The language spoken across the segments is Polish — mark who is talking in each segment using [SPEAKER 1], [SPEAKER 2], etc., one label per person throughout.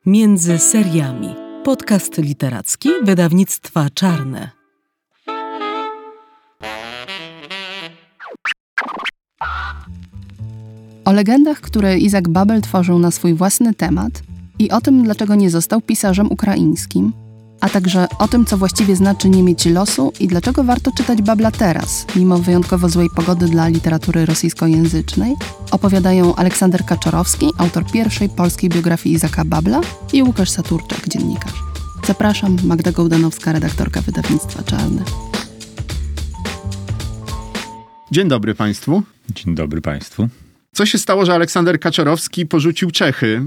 [SPEAKER 1] Między seriami. Podcast literacki wydawnictwa Czarne.
[SPEAKER 2] O legendach, które Isaac Babel tworzył na swój własny temat i o tym, dlaczego nie został pisarzem ukraińskim, a także o tym, co właściwie znaczy nie mieć losu i dlaczego warto czytać Babla teraz, mimo wyjątkowo złej pogody dla literatury rosyjskojęzycznej, opowiadają Aleksander Kaczorowski, autor pierwszej polskiej biografii Isaaca Babla, i Łukasz Saturczak, dziennikarz. Zapraszam, Magda Gołdanowska, redaktorka wydawnictwa Czarne.
[SPEAKER 3] Dzień dobry Państwu.
[SPEAKER 4] Dzień dobry Państwu.
[SPEAKER 3] Co się stało, że Aleksander Kaczorowski porzucił Czechy?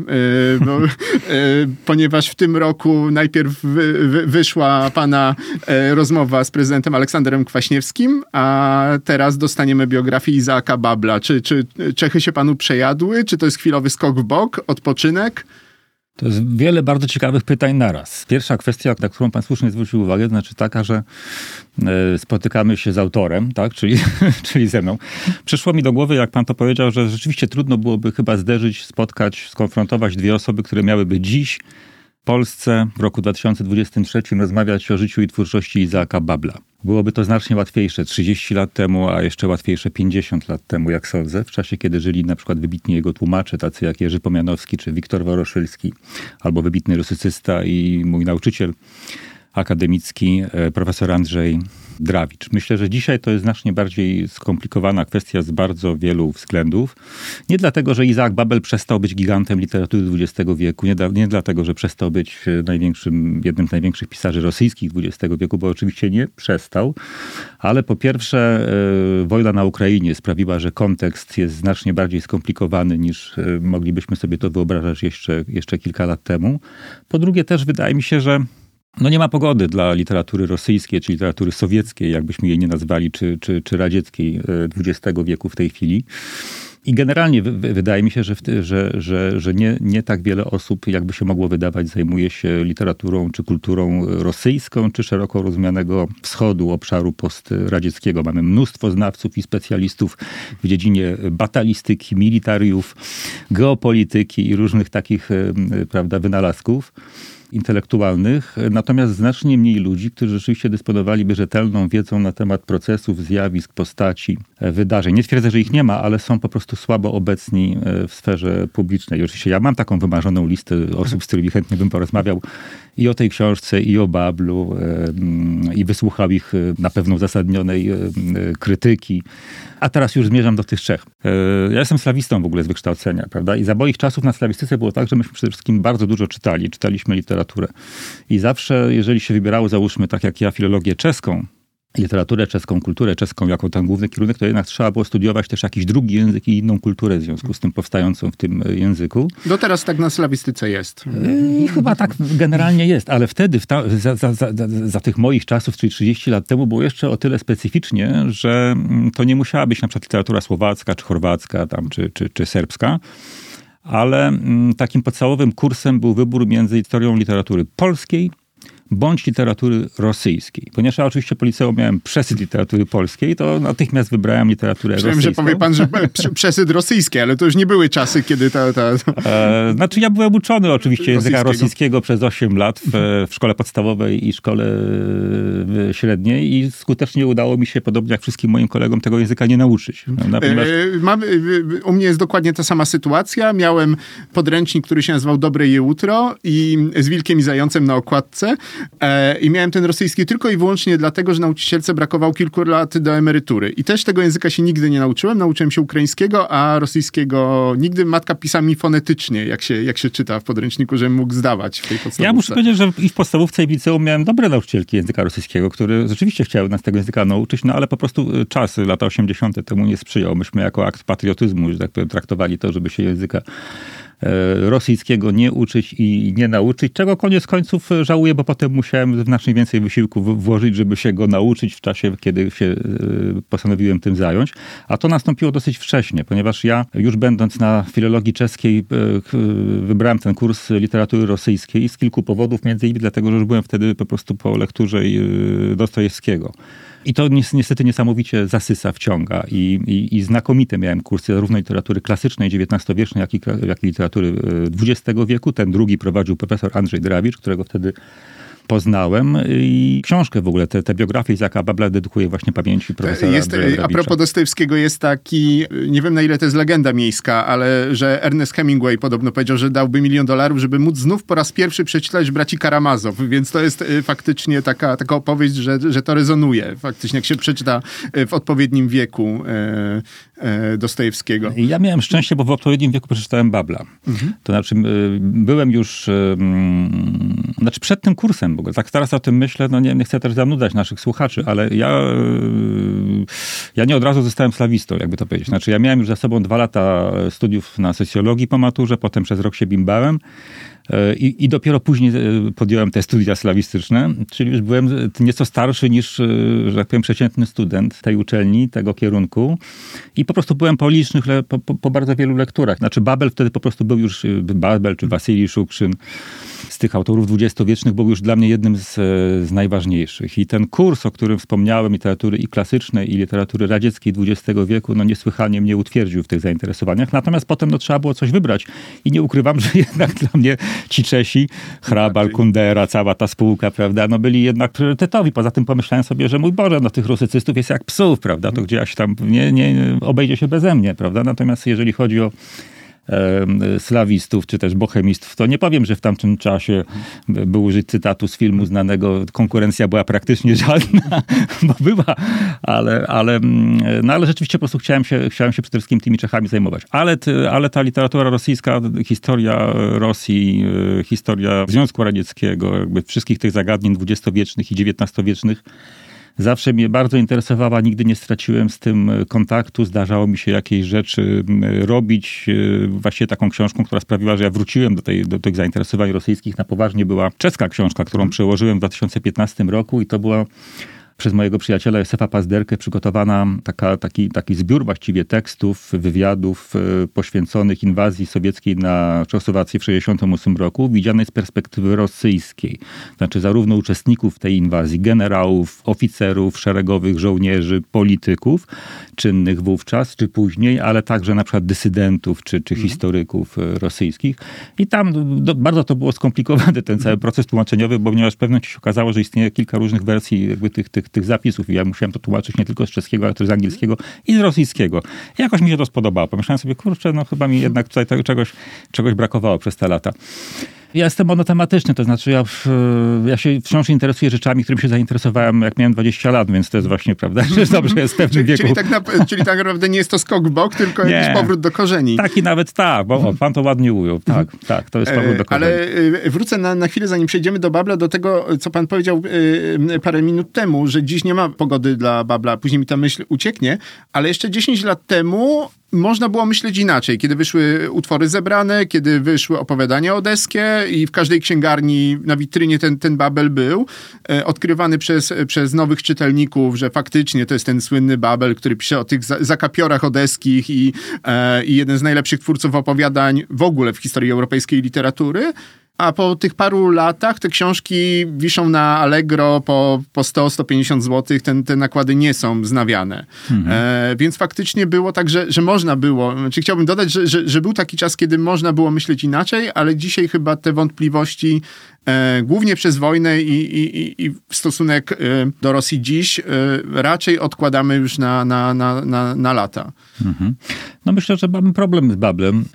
[SPEAKER 3] Ponieważ w tym roku najpierw wyszła pana rozmowa z prezydentem Aleksandrem Kwaśniewskim, a teraz dostaniemy biografię Isaaca Babla. Czy Czechy się panu przejadły? Czy to jest chwilowy skok w bok, odpoczynek?
[SPEAKER 4] To jest wiele bardzo ciekawych pytań naraz. Pierwsza kwestia, na którą pan słusznie zwrócił uwagę, to znaczy taka, że spotykamy się z autorem, tak? czyli ze mną. Przyszło mi do głowy, jak pan to powiedział, że rzeczywiście trudno byłoby chyba zderzyć, spotkać, skonfrontować dwie osoby, które miałyby dziś w Polsce w roku 2023 rozmawiać o życiu i twórczości Isaaca Babla. Byłoby to znacznie łatwiejsze 30 lat temu, a jeszcze łatwiejsze 50 lat temu, jak sądzę, w czasie, kiedy żyli na przykład wybitni jego tłumacze, tacy jak Jerzy Pomianowski czy Wiktor Woroszylski, albo wybitny rusycysta i mój nauczyciel akademicki, profesor Andrzej Drawicz. Myślę, że dzisiaj to jest znacznie bardziej skomplikowana kwestia z bardzo wielu względów. Nie dlatego, że Isaac Babel przestał być gigantem literatury XX wieku, nie dlatego, że przestał być jednym z największych pisarzy rosyjskich XX wieku, bo oczywiście nie przestał, ale po pierwsze wojna na Ukrainie sprawiła, że kontekst jest znacznie bardziej skomplikowany niż moglibyśmy sobie to wyobrażać jeszcze kilka lat temu. Po drugie też wydaje mi się, że nie ma pogody dla literatury rosyjskiej, czy literatury sowieckiej, jakbyśmy jej nie nazwali, czy radzieckiej XX wieku w tej chwili. I generalnie wydaje mi się, że nie tak wiele osób, jakby się mogło wydawać, zajmuje się literaturą czy kulturą rosyjską, czy szeroko rozumianego wschodu, obszaru postradzieckiego. Mamy mnóstwo znawców i specjalistów w dziedzinie batalistyki, militariów, geopolityki i różnych takich, wynalazków intelektualnych, natomiast znacznie mniej ludzi, którzy rzeczywiście dysponowaliby rzetelną wiedzą na temat procesów, zjawisk, postaci, wydarzeń. Nie twierdzę, że ich nie ma, ale są po prostu słabo obecni w sferze publicznej. Oczywiście ja mam taką wymarzoną listę osób, z którymi chętnie bym porozmawiał i o tej książce, i o Bablu, i wysłuchał ich na pewno uzasadnionej krytyki. A teraz już zmierzam do tych Czech. Ja jestem slawistą w ogóle z wykształcenia, prawda? I za moich czasów na slawistyce było tak, że myśmy przede wszystkim bardzo dużo czytaliśmy literaturę. I zawsze, jeżeli się wybierało, załóżmy, tak jak ja, filologię czeską, literaturę czeską, kulturę czeską jako ten główny kierunek, to jednak trzeba było studiować też jakiś drugi język i inną kulturę w związku z tym powstającą w tym języku.
[SPEAKER 3] Do teraz tak na slawistyce jest.
[SPEAKER 4] I chyba tak generalnie jest, ale wtedy za tych moich czasów, czyli 30 lat temu, było jeszcze o tyle specyficznie, że to nie musiała być na przykład literatura słowacka, czy chorwacka, czy serbska, ale takim podstawowym kursem był wybór między historią literatury polskiej bądź literatury rosyjskiej. Ponieważ ja oczywiście po liceum miałem przesyt literatury polskiej, to natychmiast wybrałem literaturę rosyjską.
[SPEAKER 3] Myślałem, że powie pan, że przesyt rosyjskiej, ale to już nie były czasy, kiedy
[SPEAKER 4] Znaczy ja byłem uczony oczywiście języka rosyjskiego przez 8 lat w szkole podstawowej i szkole średniej i skutecznie udało mi się, podobnie jak wszystkim moim kolegom, tego języka nie nauczyć.
[SPEAKER 3] U mnie jest dokładnie ta sama sytuacja. Miałem podręcznik, który się nazywał Dobre jutro i z wilkiem i zającem na okładce. I miałem ten rosyjski tylko i wyłącznie dlatego, że nauczycielce brakowało kilku lat do emerytury. I też tego języka się nigdy nie nauczyłem. Nauczyłem się ukraińskiego, a rosyjskiego nigdy. Matka pisała mi fonetycznie, jak się czyta w podręczniku, żebym mógł zdawać w tej podstawówce.
[SPEAKER 4] Ja muszę powiedzieć, że i w podstawówce, i w liceum miałem dobre nauczycielki języka rosyjskiego, które rzeczywiście chciały nas tego języka nauczyć, ale po prostu czas, lata 80. temu nie sprzyjał. Myśmy jako akt patriotyzmu, że tak powiem, traktowali to, żeby się języka rosyjskiego nie uczyć i nie nauczyć, czego koniec końców żałuję, bo potem musiałem znacznie więcej wysiłku włożyć, żeby się go nauczyć w czasie, kiedy się postanowiłem tym zająć. A to nastąpiło dosyć wcześnie, ponieważ ja już będąc na filologii czeskiej wybrałem ten kurs literatury rosyjskiej z kilku powodów, między innymi dlatego, że już byłem wtedy po prostu po lekturze Dostojewskiego. I to niestety niesamowicie zasysa, wciąga. I znakomite miałem kursy zarówno literatury klasycznej, XIX-wiecznej, jak i literatury XX wieku. Ten drugi prowadził profesor Andrzej Drawicz, którego wtedy poznałem, i książkę w ogóle, te biografie Isaaca Babla dedykuję właśnie pamięci profesora Andrzeja Drawicza.
[SPEAKER 3] A propos Dostojewskiego jest taki, nie wiem na ile to jest legenda miejska, ale że Ernest Hemingway podobno powiedział, że dałby $1 milion, żeby móc znów po raz pierwszy przeczytać Braci Karamazow, więc to jest faktycznie taka opowieść, że to rezonuje. Faktycznie jak się przeczyta w odpowiednim wieku Dostojewskiego.
[SPEAKER 4] Ja miałem szczęście, bo w odpowiednim wieku przeczytałem Babla. To znaczy byłem już przed tym kursem w ogóle. Tak teraz o tym myślę, no nie chcę też zanudzać naszych słuchaczy, ale ja nie od razu zostałem slawistą, jakby to powiedzieć. Znaczy ja miałem już za sobą 2 lata studiów na socjologii po maturze, potem przez rok się bimbałem. I dopiero później podjąłem te studia slawistyczne, czyli już byłem nieco starszy niż, że tak powiem, przeciętny student tej uczelni, tego kierunku. I po prostu byłem po licznych, po bardzo wielu lekturach. Znaczy Babel wtedy po prostu był już, Babel czy Wasilij Szukrzyn, z tych autorów dwudziestowiecznych był już dla mnie jednym z najważniejszych. I ten kurs, o którym wspomniałem, literatury i klasycznej, i literatury radzieckiej XX wieku, no niesłychanie mnie utwierdził w tych zainteresowaniach. Natomiast potem trzeba było coś wybrać. I nie ukrywam, że jednak dla mnie ci Czesi, Hrabal, Kundera, cała ta spółka, prawda, no byli jednak priorytetowi. Poza tym pomyślałem sobie, że mój Boże, no tych rusycystów jest jak psów, prawda, to gdzie ja się tam nie obejdzie się beze mnie, prawda. Natomiast jeżeli chodzi o slawistów, czy też bohemistów, to nie powiem, że w tamtym czasie był użyć cytatu z filmu znanego, konkurencja była praktycznie żadna, bo była, ale rzeczywiście po prostu chciałem się przede wszystkim tymi Czechami zajmować. Ale ta literatura rosyjska, historia Rosji, historia Związku Radzieckiego, jakby wszystkich tych zagadnień dwudziestowiecznych i XIX-wiecznych zawsze mnie bardzo interesowała, nigdy nie straciłem z tym kontaktu. Zdarzało mi się jakieś rzeczy robić. Właściwie taką książką, która sprawiła, że ja wróciłem do tych zainteresowań rosyjskich na poważnie, była czeska książka, którą przełożyłem w 2015 roku i to była przez mojego przyjaciela Józefa Pazderkę przygotowana taki zbiór właściwie tekstów, wywiadów poświęconych inwazji sowieckiej na Czechosłowację w 1968 roku, widzianej z perspektywy rosyjskiej. Znaczy zarówno uczestników tej inwazji, generałów, oficerów, szeregowych żołnierzy, polityków, czynnych wówczas czy później, ale także na przykład dysydentów czy historyków rosyjskich. I tam bardzo to było skomplikowane, ten cały proces tłumaczeniowy, bo ponieważ w pewnym momencie się okazało, że istnieje kilka różnych wersji jakby tych zapisów i ja musiałem to tłumaczyć nie tylko z czeskiego, ale też z angielskiego i z rosyjskiego. I jakoś mi się to spodobało. Pomyślałem sobie, kurczę, no chyba mi jednak tutaj czegoś brakowało przez te lata. Ja jestem monotematyczny, to znaczy ja się wciąż interesuję rzeczami, którym się zainteresowałem, jak miałem 20 lat, więc to jest właśnie, prawda, że dobrze jest w pewnym wieku.
[SPEAKER 3] Czyli tak naprawdę nie jest to skok w bok, tylko jakiś powrót do korzeni.
[SPEAKER 4] Tak i nawet tak, bo pan to ładnie ujął. Tak, to jest powrót do korzeni.
[SPEAKER 3] Ale wrócę na chwilę, zanim przejdziemy do Babla, do tego, co pan powiedział parę minut temu, że dziś nie ma pogody dla Babla, później mi ta myśl ucieknie, ale jeszcze 10 lat temu można było myśleć inaczej, kiedy wyszły utwory zebrane, kiedy wyszły opowiadania odeskie i w każdej księgarni na witrynie ten Babel był, odkrywany przez nowych czytelników, że faktycznie to jest ten słynny Babel, który pisze o tych zakapiorach odeskich i jeden z najlepszych twórców opowiadań w ogóle w historii europejskiej literatury. A po tych paru latach te książki wiszą na Allegro po 100-150 zł. Te nakłady nie są znawiane. Więc faktycznie było tak, że można było. Znaczy chciałbym dodać, że był taki czas, kiedy można było myśleć inaczej, ale dzisiaj chyba te wątpliwości głównie przez wojnę i stosunek do Rosji dziś raczej odkładamy już na lata.
[SPEAKER 4] No myślę, że mamy problem z Bablem.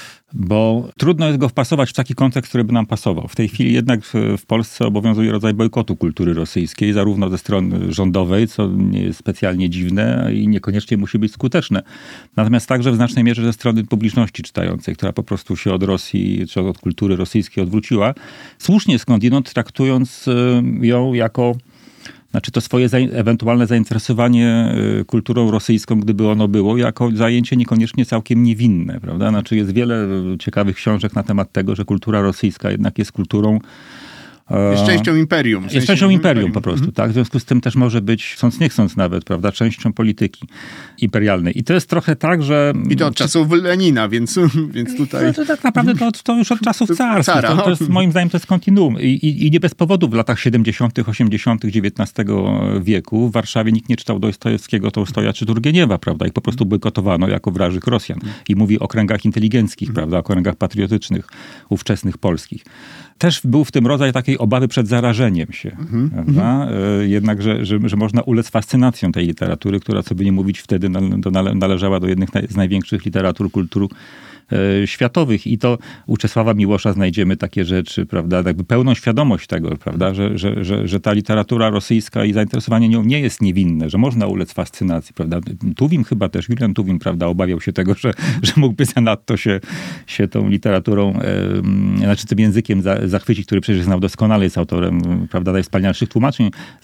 [SPEAKER 4] Bo trudno jest go wpasować w taki kontekst, który by nam pasował. W tej chwili jednak w Polsce obowiązuje rodzaj bojkotu kultury rosyjskiej, zarówno ze strony rządowej, co nie jest specjalnie dziwne i niekoniecznie musi być skuteczne. Natomiast także w znacznej mierze ze strony publiczności czytającej, która po prostu się od Rosji, czy od kultury rosyjskiej odwróciła. Słusznie skądinąd traktując ją jako... Znaczy to swoje ewentualne zainteresowanie kulturą rosyjską, gdyby ono było, jako zajęcie niekoniecznie całkiem niewinne, prawda? Znaczy jest wiele ciekawych książek na temat tego, że kultura rosyjska jednak jest kulturą
[SPEAKER 3] Jest częścią imperium.
[SPEAKER 4] Jest częścią imperium po prostu, tak? W związku z tym też może być, chcąc nie chcąc nawet, prawda, częścią polityki imperialnej. I to jest trochę tak, że...
[SPEAKER 3] I to od czasów Lenina, więc tutaj...
[SPEAKER 4] To tak naprawdę to już od czasów carskich. To jest, moim zdaniem to jest kontinuum. I nie bez powodu w latach 70., 80. XIX wieku w Warszawie nikt nie czytał Dostojewskiego, Tołstoja czy Turgieniewa, prawda? Ich po prostu bojkotowano jako wrażych Rosjan. I mówi o kręgach inteligenckich, prawda? O kręgach patriotycznych, ówczesnych polskich. Też był w tym rodzaj takiej obawy przed zarażeniem się. Prawda? Jednak, że można ulec fascynacją tej literatury, która, co by nie mówić, wtedy należała do jednych z największych literatur, kultur światowych. I to u Czesława Miłosza znajdziemy takie rzeczy, prawda, jakby pełną świadomość tego, prawda, że ta literatura rosyjska i zainteresowanie nią nie jest niewinne, że można ulec fascynacji, prawda. Tuwim chyba też, Julian Tuwim, prawda, obawiał się tego, że mógłby zanadto się tą literaturą, znaczy tym językiem zachwycić, który przecież znał doskonale, jest autorem, prawda, najwspanialszych tłumaczeń z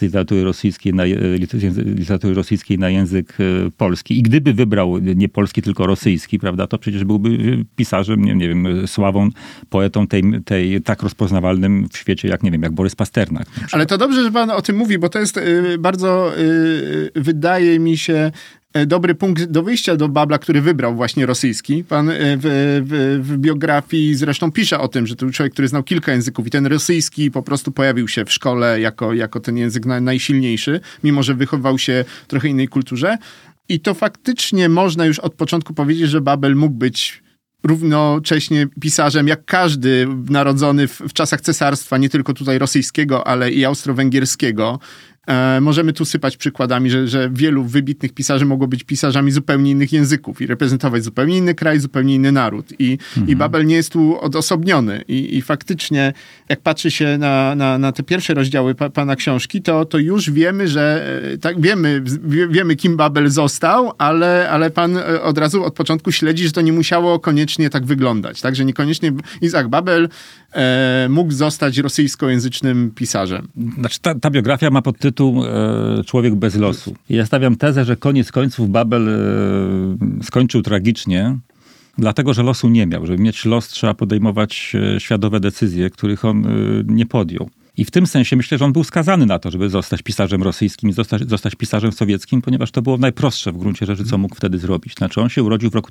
[SPEAKER 4] literatury rosyjskiej na język polski. I gdyby wybrał nie polski, tylko rosyjski, prawda, to przecież byłby pisarzem, nie wiem, sławą, poetą tej tak rozpoznawalnym w świecie, jak Borys Pasternak.
[SPEAKER 3] Ale to dobrze, że pan o tym mówi, bo to jest bardzo, wydaje mi się, dobry punkt do wyjścia do Babla, który wybrał właśnie rosyjski. Pan w biografii zresztą pisze o tym, że to był człowiek, który znał kilka języków i ten rosyjski po prostu pojawił się w szkole jako ten język najsilniejszy, mimo że wychowywał się w trochę innej kulturze. I to faktycznie można już od początku powiedzieć, że Babel mógł być równocześnie pisarzem, jak każdy narodzony w czasach cesarstwa, nie tylko tutaj rosyjskiego, ale i austro-węgierskiego. Możemy tu sypać przykładami, że wielu wybitnych pisarzy mogło być pisarzami zupełnie innych języków i reprezentować zupełnie inny kraj, zupełnie inny naród. I Babel nie jest tu odosobniony. I faktycznie, jak patrzy się na te pierwsze rozdziały pana książki, to już wiemy, że tak wiemy, kim Babel został, ale pan od razu od początku śledzi, że to nie musiało koniecznie tak wyglądać. Tak? Że niekoniecznie Isaac Babel mógł zostać rosyjskojęzycznym pisarzem.
[SPEAKER 4] Znaczy ta biografia ma podtytuł Człowiek bez losu. I ja stawiam tezę, że koniec końców Babel skończył tragicznie, dlatego, że losu nie miał. Żeby mieć los, trzeba podejmować świadome decyzje, których on nie podjął. I w tym sensie myślę, że on był skazany na to, żeby zostać pisarzem rosyjskim i zostać pisarzem sowieckim, ponieważ to było najprostsze w gruncie rzeczy, co mógł wtedy zrobić. Znaczy on się urodził w roku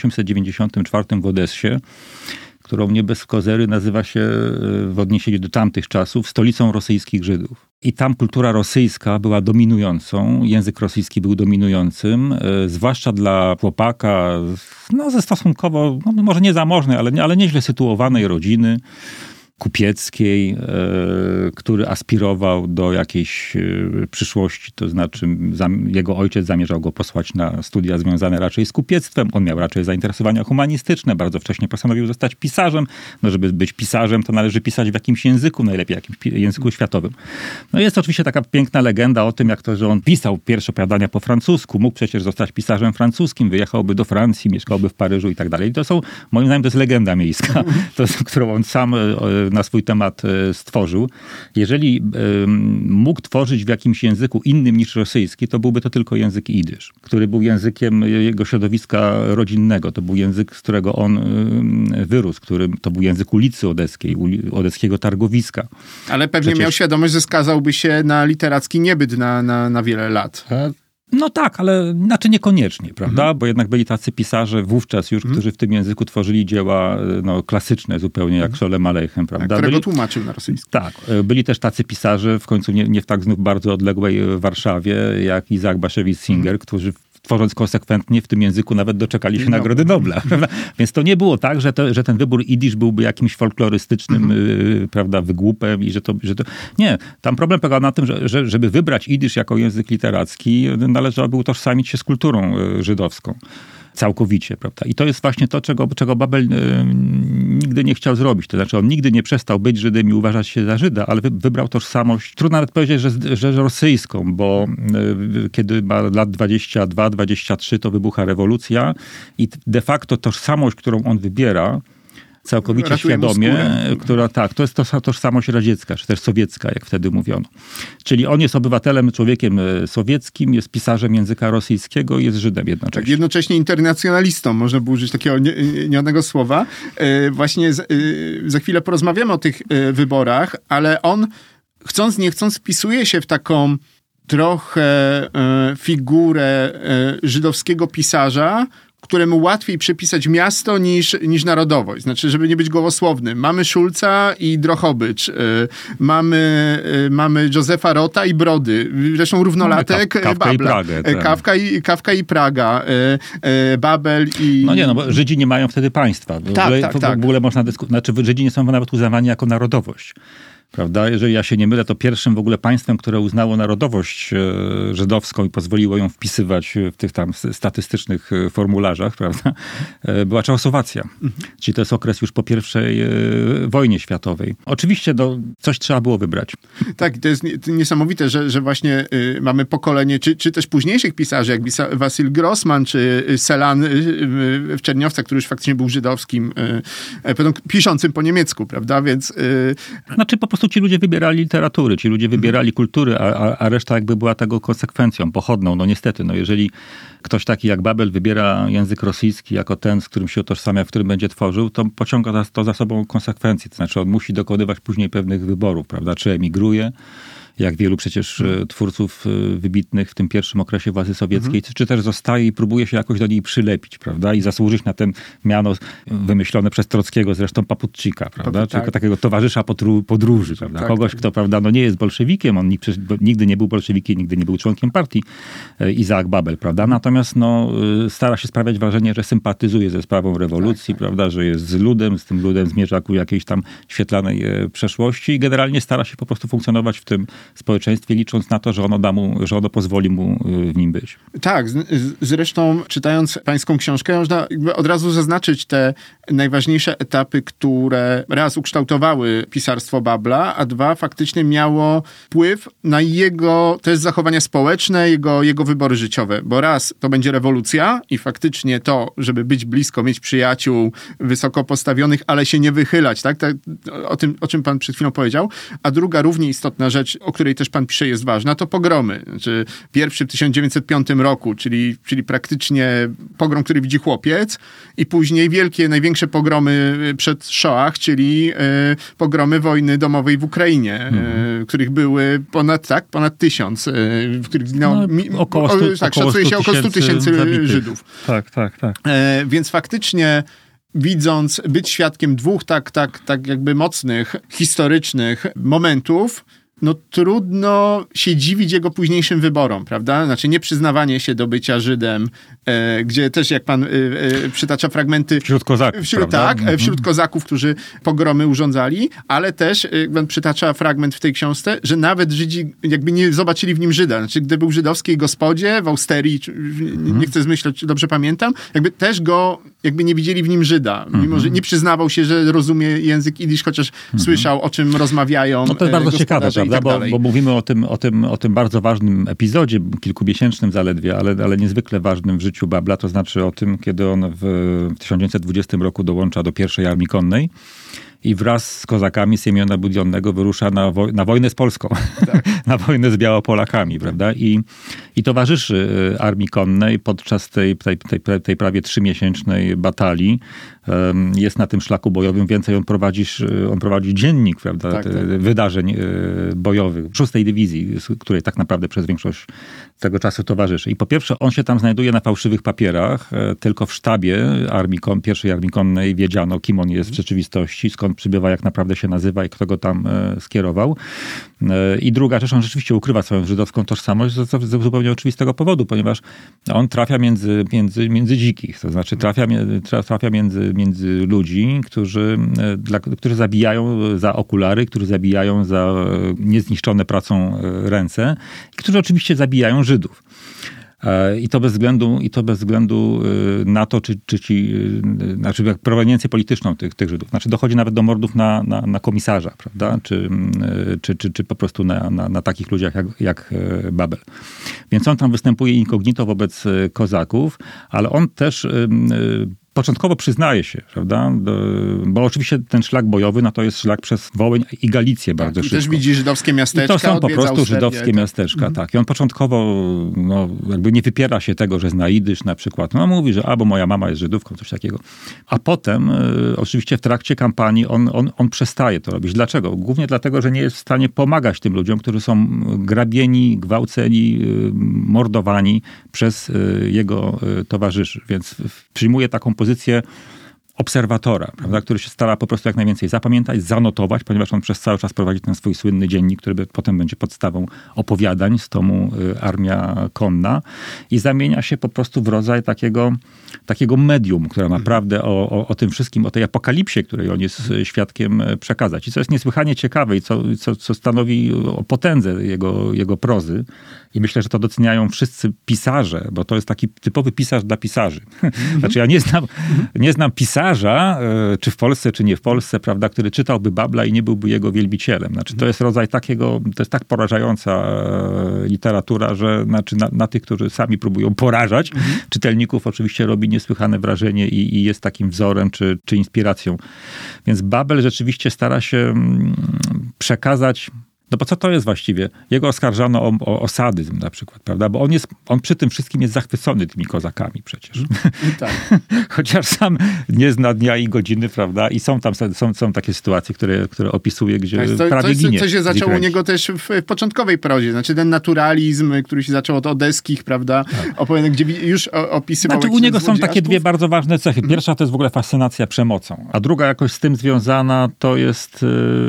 [SPEAKER 4] 1894 w Odessie, którą nie bez kozery nazywa się w odniesieniu do tamtych czasów stolicą rosyjskich Żydów. I tam kultura rosyjska była dominującą, język rosyjski był dominującym, zwłaszcza dla chłopaka ze stosunkowo, może nie zamożnej, ale nieźle sytuowanej rodziny kupieckiej, który aspirował do jakiejś przyszłości, to znaczy jego ojciec zamierzał go posłać na studia związane raczej z kupiectwem, on miał raczej zainteresowania humanistyczne, bardzo wcześnie postanowił zostać pisarzem, żeby być pisarzem, to należy pisać w jakimś języku, najlepiej jakimś języku światowym. No jest oczywiście taka piękna legenda o tym, jak to, że on pisał pierwsze opowiadania po francusku, mógł przecież zostać pisarzem francuskim, wyjechałby do Francji, mieszkałby w Paryżu i tak dalej. I to są, moim zdaniem, to jest legenda miejska, którą on sam na swój temat stworzył. Jeżeli mógł tworzyć w jakimś języku innym niż rosyjski, to byłby to tylko język jidysz, który był językiem jego środowiska rodzinnego. To był język, z którego on wyrósł, to był język ulicy Odeskiej, odeckiego targowiska.
[SPEAKER 3] Ale pewnie miał świadomość, że skazałby się na literacki niebyt na wiele lat.
[SPEAKER 4] No tak, ale niekoniecznie, prawda? Bo jednak byli tacy pisarze wówczas już, którzy w tym języku tworzyli dzieła klasyczne zupełnie, jak Szolem Aleichem, prawda?
[SPEAKER 3] Którego tłumaczył na rosyjski.
[SPEAKER 4] Tak. Byli też tacy pisarze, w końcu nie w tak znów bardzo odległej Warszawie, jak Isaac Bashevis Singer, którzy tworząc konsekwentnie w tym języku nawet doczekali się Nagrody Nobla. Prawda? Więc to nie było tak, że ten wybór jidysz byłby jakimś folklorystycznym prawda, wygłupem i że to... Nie. Tam problem polegał na tym, że żeby wybrać jidysz jako język literacki, należałoby utożsamić się z kulturą żydowską. Całkowicie, prawda? I to jest właśnie to, czego Babel nigdy nie chciał zrobić. To znaczy on nigdy nie przestał być Żydem i uważać się za Żyda, ale wybrał tożsamość, trudno nawet powiedzieć, że rosyjską, bo kiedy ma lat 22-23, to wybucha rewolucja i de facto tożsamość, którą on wybiera, całkowicie
[SPEAKER 3] Ratuje mu
[SPEAKER 4] świadomie,
[SPEAKER 3] skórę.
[SPEAKER 4] która to jest tożsamość radziecka, czy też sowiecka, jak wtedy mówiono. Czyli on jest obywatelem, człowiekiem sowieckim, jest pisarzem języka rosyjskiego i jest Żydem jednocześnie.
[SPEAKER 3] Tak, jednocześnie internacjonalistą, można by użyć takiego nieładnego słowa. Właśnie za chwilę porozmawiamy o tych wyborach, ale on, chcąc nie chcąc, wpisuje się w taką trochę figurę żydowskiego pisarza, któremu łatwiej przypisać miasto niż narodowość. Znaczy, żeby nie być gołosłownym. Mamy Schulza i Drohobycz. Mamy Józefa Rota i Brody. Zresztą równolatek
[SPEAKER 4] Kafka i Pragę.
[SPEAKER 3] Kafka i Praga. Babel i...
[SPEAKER 4] Bo Żydzi nie mają wtedy państwa. W ogóle można znaczy, Żydzi nie są nawet uznawani jako narodowość. Prawda? Jeżeli ja się nie mylę, to pierwszym w ogóle państwem, które uznało narodowość żydowską i pozwoliło ją wpisywać w tych tam statystycznych formularzach, prawda, była Czechosłowacja. Czyli to jest okres już po I wojnie światowej. Oczywiście coś trzeba było wybrać. Tak,
[SPEAKER 3] to jest niesamowite, że właśnie mamy pokolenie, czy też późniejszych pisarzy, jak Wasyl Grossman, czy Celan w Czerniowca, który już faktycznie był żydowskim, piszącym po niemiecku, prawda, więc...
[SPEAKER 4] Znaczy po prostu ci ludzie wybierali literatury, ci ludzie wybierali kultury, a reszta jakby była tego konsekwencją, pochodną. No niestety, jeżeli ktoś taki jak Babel wybiera język rosyjski jako ten, z którym się utożsamia, w którym będzie tworzył, to pociąga to za sobą konsekwencje. To znaczy on musi dokonywać później pewnych wyborów, prawda? Czy emigruje, jak wielu przecież twórców wybitnych w tym pierwszym okresie władzy sowieckiej, czy też zostaje i próbuje się jakoś do niej przylepić, prawda? I zasłużyć na ten miano wymyślone przez Trockiego, zresztą Paputczyka, prawda? Czyli takiego towarzysza podróży, prawda? Kogoś, kto, prawda, nie jest bolszewikiem, on nigdy nie był bolszewikiem, nigdy nie był członkiem partii, Izaak Babel, prawda? Natomiast stara się sprawiać wrażenie, że sympatyzuje ze sprawą rewolucji, prawda? Że jest z ludem, z tym ludem zmierza ku jakiejś tam świetlanej przeszłości i generalnie stara się po prostu funkcjonować w tym społeczeństwie, licząc na to, że ono pozwoli mu w nim być.
[SPEAKER 3] Tak, zresztą czytając pańską książkę, można od razu zaznaczyć te najważniejsze etapy, które raz ukształtowały pisarstwo Babla, a dwa faktycznie miało wpływ na jego też zachowania społeczne, jego wybory życiowe. Bo raz to będzie rewolucja i faktycznie to, żeby być blisko, mieć przyjaciół wysoko postawionych, ale się nie wychylać, tak? O czym pan przed chwilą powiedział. A druga równie istotna rzecz, o której też pan pisze, jest ważna, to pogromy. Znaczy, pierwszy w 1905 roku, czyli praktycznie pogrom, który widzi chłopiec, i później największe pogromy przed Shoah, czyli pogromy wojny domowej w Ukrainie, których były ponad 1000, w których zginęło szacuje się około 100 tysięcy Żydów.
[SPEAKER 4] Tak.
[SPEAKER 3] Więc faktycznie być świadkiem dwóch tak jakby mocnych, historycznych momentów, trudno się dziwić jego późniejszym wyborom, prawda? Znaczy nieprzyznawanie się do bycia Żydem, gdzie też, jak pan przytacza fragmenty...
[SPEAKER 4] Wśród kozaków,
[SPEAKER 3] wśród kozaków, którzy pogromy urządzali, ale też pan przytacza fragment w tej książce, że nawet Żydzi jakby nie zobaczyli w nim Żyda. Znaczy, gdy był w żydowskiej gospodzie, w Austerii, nie chcę zmyślać, czy dobrze pamiętam, jakby też go jakby nie widzieli w nim Żyda. Mimo, że nie przyznawał się, że rozumie język jidysz, chociaż słyszał, o czym rozmawiają.
[SPEAKER 4] To jest bardzo ciekawe, prawda? Bo mówimy o tym bardzo ważnym epizodzie, kilkumiesięcznym zaledwie, ale niezwykle ważnym w życiu Babla, to znaczy o tym, kiedy on w 1920 roku dołącza do pierwszej Armii Konnej i wraz z kozakami Siemiona Budionnego wyrusza na wojnę z Polską, na wojnę z Białopolakami, prawda? I towarzyszy Armii Konnej podczas tej prawie 3-miesięcznej batalii. Jest na tym szlaku bojowym. Więcej on prowadzi dziennik, prawda? Wydarzeń bojowych 6. Dywizji, której tak naprawdę przez większość tego czasu towarzyszy. I po pierwsze, on się tam znajduje na fałszywych papierach. Tylko w sztabie pierwszej Armii Konnej wiedziano, kim on jest w rzeczywistości, skąd przybywa, jak naprawdę się nazywa i kto go tam skierował. I druga rzecz, on rzeczywiście ukrywa swoją żydowską tożsamość z zupełnie oczywistego powodu, ponieważ on trafia między dzikich. To znaczy trafia między ludzi, którzy zabijają za okulary, którzy zabijają za niezniszczone pracą ręce i którzy oczywiście zabijają Żydów. I to bez względu na to, znaczy proweniencję polityczną tych Żydów. Znaczy dochodzi nawet do mordów na komisarza, prawda? Czy po prostu na takich ludziach jak Babel. Więc on tam występuje incognito wobec kozaków, ale on też początkowo przyznaje się, prawda? Bo oczywiście ten szlak bojowy, no to jest szlak przez Wołyń i Galicję bardzo szybko.
[SPEAKER 3] I też widzi żydowskie miasteczka.
[SPEAKER 4] I to są po prostu
[SPEAKER 3] Austrię,
[SPEAKER 4] żydowskie miasteczka, tak. I on początkowo jakby nie wypiera się tego, że zna jidysz na przykład. No mówi, że bo moja mama jest Żydówką, coś takiego. A potem oczywiście w trakcie kampanii on przestaje to robić. Dlaczego? Głównie dlatego, że nie jest w stanie pomagać tym ludziom, którzy są grabieni, gwałceni, mordowani przez jego towarzyszy. Więc przyjmuje taką pozycję obserwatora, prawda, który się stara po prostu jak najwięcej zapamiętać, zanotować, ponieważ on przez cały czas prowadzi ten swój słynny dziennik, który potem będzie podstawą opowiadań z tomu Armia Konna i zamienia się po prostu w rodzaj takiego medium, które ma prawdę o tym wszystkim, o tej apokalipsie, której on jest świadkiem, przekazać. I co jest niesłychanie ciekawe i co stanowi o potędze jego prozy. I myślę, że to doceniają wszyscy pisarze, bo to jest taki typowy pisarz dla pisarzy. Znaczy ja nie znam pisarza, czy w Polsce, czy nie w Polsce, prawda, który czytałby Babla i nie byłby jego wielbicielem. Znaczy to jest rodzaj takiego, to jest tak porażająca literatura, że znaczy na tych, którzy sami próbują porażać, czytelników oczywiście robi niesłychane wrażenie i jest takim wzorem, czy inspiracją. Więc Babel rzeczywiście stara się przekazać. No bo co to jest właściwie? Jego oskarżano o sadyzm na przykład, prawda? Bo on przy tym wszystkim jest zachwycony tymi kozakami przecież.
[SPEAKER 3] Tak.
[SPEAKER 4] Chociaż sam nie zna dnia i godziny, prawda? I są takie sytuacje, które opisuje, gdzie prawie ginie.
[SPEAKER 3] Co się zaczęło u niego też w początkowej prozie. Znaczy ten naturalizm, który się zaczął od odeskich, prawda? Tak. Opowiadań, gdzie już opisywał...
[SPEAKER 4] Znaczy u niego są takie dwie bardzo ważne cechy. Pierwsza to jest w ogóle fascynacja przemocą, a druga jakoś z tym związana to jest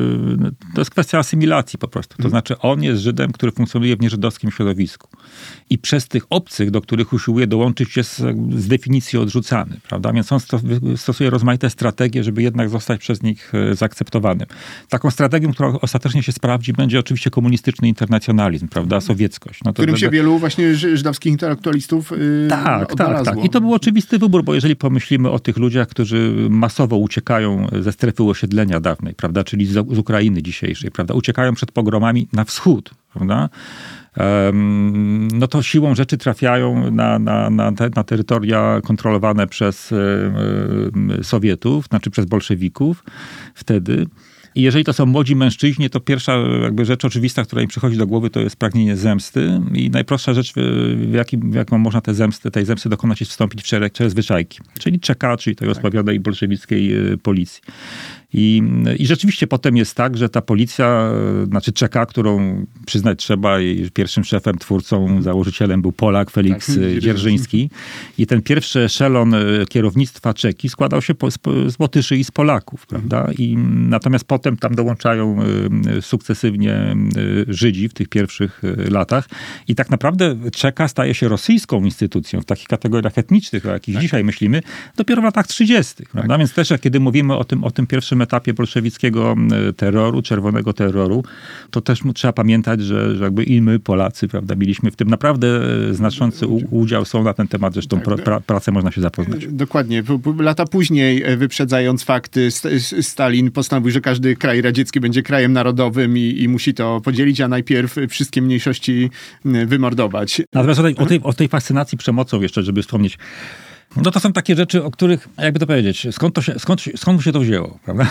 [SPEAKER 4] kwestia asymilacji po prostu. To znaczy on jest Żydem, który funkcjonuje w nieżydowskim środowisku. I przez tych obcych, do których usiłuje dołączyć, jest z definicji odrzucany, prawda? Więc on stosuje rozmaite strategie, żeby jednak zostać przez nich zaakceptowanym. Taką strategią, która ostatecznie się sprawdzi, będzie oczywiście komunistyczny internacjonalizm, prawda? Sowieckość. No to
[SPEAKER 3] którym się wielu właśnie żydowskich intelektualistów
[SPEAKER 4] tak. I to był oczywisty wybór, bo jeżeli pomyślimy o tych ludziach, którzy masowo uciekają ze strefy osiedlenia dawnej, prawda? Czyli z Ukrainy dzisiejszej, prawda? Uciekają przed pogromami na wschód, prawda? No to siłą rzeczy trafiają na terytoria kontrolowane przez Sowietów, znaczy przez bolszewików wtedy. I jeżeli to są młodzi mężczyźni, to pierwsza jakby rzecz oczywista, która im przychodzi do głowy, to jest pragnienie zemsty. I najprostsza rzecz, w jaką można tej zemsty dokonać, jest wstąpić w szereg zwyczajki. Czyli ČK, czyli tej osławionej bolszewickiej policji. I rzeczywiście potem jest tak, że ta policja, znaczy ČK, którą przyznać trzeba, jej pierwszym szefem, twórcą, założycielem był Polak Feliks Dzierżyński. I ten pierwszy eszelon kierownictwa Czeki składał się z Łotyszy i z Polaków, prawda? Natomiast potem tam dołączają sukcesywnie Żydzi w tych pierwszych latach. I tak naprawdę ČK staje się rosyjską instytucją w takich kategoriach etnicznych, o jakich dzisiaj myślimy, dopiero w latach 30. Prawda? Więc też kiedy mówimy o tym pierwszym etapie bolszewickiego terroru, czerwonego terroru, to też trzeba pamiętać, że jakby i my, Polacy, prawda, mieliśmy w tym naprawdę znaczący udział. Są na ten temat zresztą pracę można się zapoznać.
[SPEAKER 3] Dokładnie. Lata później, wyprzedzając fakty, Stalin postanowił, że każdy kraj radziecki będzie krajem narodowym i musi to podzielić, a najpierw wszystkie mniejszości wymordować.
[SPEAKER 4] Natomiast o tej fascynacji przemocą jeszcze, żeby wspomnieć, no to są takie rzeczy, o których, jakby to powiedzieć, skąd się to wzięło, prawda?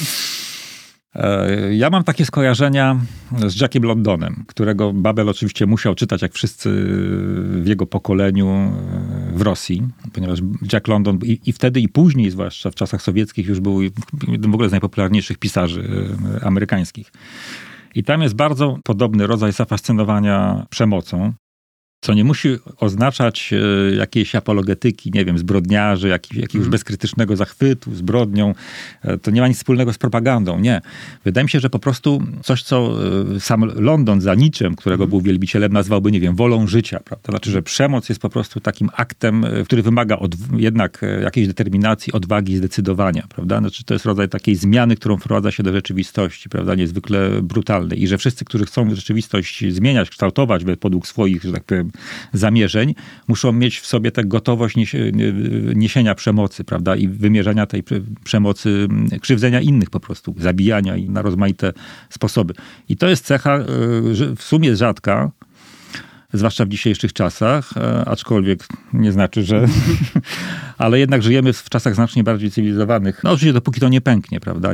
[SPEAKER 4] Ja mam takie skojarzenia z Jackiem Londonem, którego Babel oczywiście musiał czytać, jak wszyscy w jego pokoleniu w Rosji, ponieważ Jack London i wtedy i później, zwłaszcza w czasach sowieckich, już był w ogóle z najpopularniejszych pisarzy amerykańskich. I tam jest bardzo podobny rodzaj zafascynowania przemocą, co nie musi oznaczać jakiejś apologetyki, nie wiem, zbrodniarzy, jakiegoś bezkrytycznego zachwytu zbrodnią. To nie ma nic wspólnego z propagandą, nie. Wydaje mi się, że po prostu coś, co sam London za Nietzschem, którego był wielbicielem, nazwałby, nie wiem, wolą życia, prawda? Znaczy, że przemoc jest po prostu takim aktem, który wymaga jednak jakiejś determinacji, odwagi, zdecydowania, prawda? Znaczy, to jest rodzaj takiej zmiany, którą wprowadza się do rzeczywistości, prawda? Niezwykle brutalnej. I że wszyscy, którzy chcą rzeczywistość zmieniać, kształtować podług swoich, że tak powiem, zamierzeń, muszą mieć w sobie tę gotowość niesienia przemocy, prawda, i wymierzania tej przemocy, krzywdzenia innych po prostu, zabijania i na rozmaite sposoby. I to jest cecha w sumie rzadka, zwłaszcza w dzisiejszych czasach, aczkolwiek nie znaczy, że... ale jednak żyjemy w czasach znacznie bardziej cywilizowanych. No oczywiście dopóki to nie pęknie, prawda,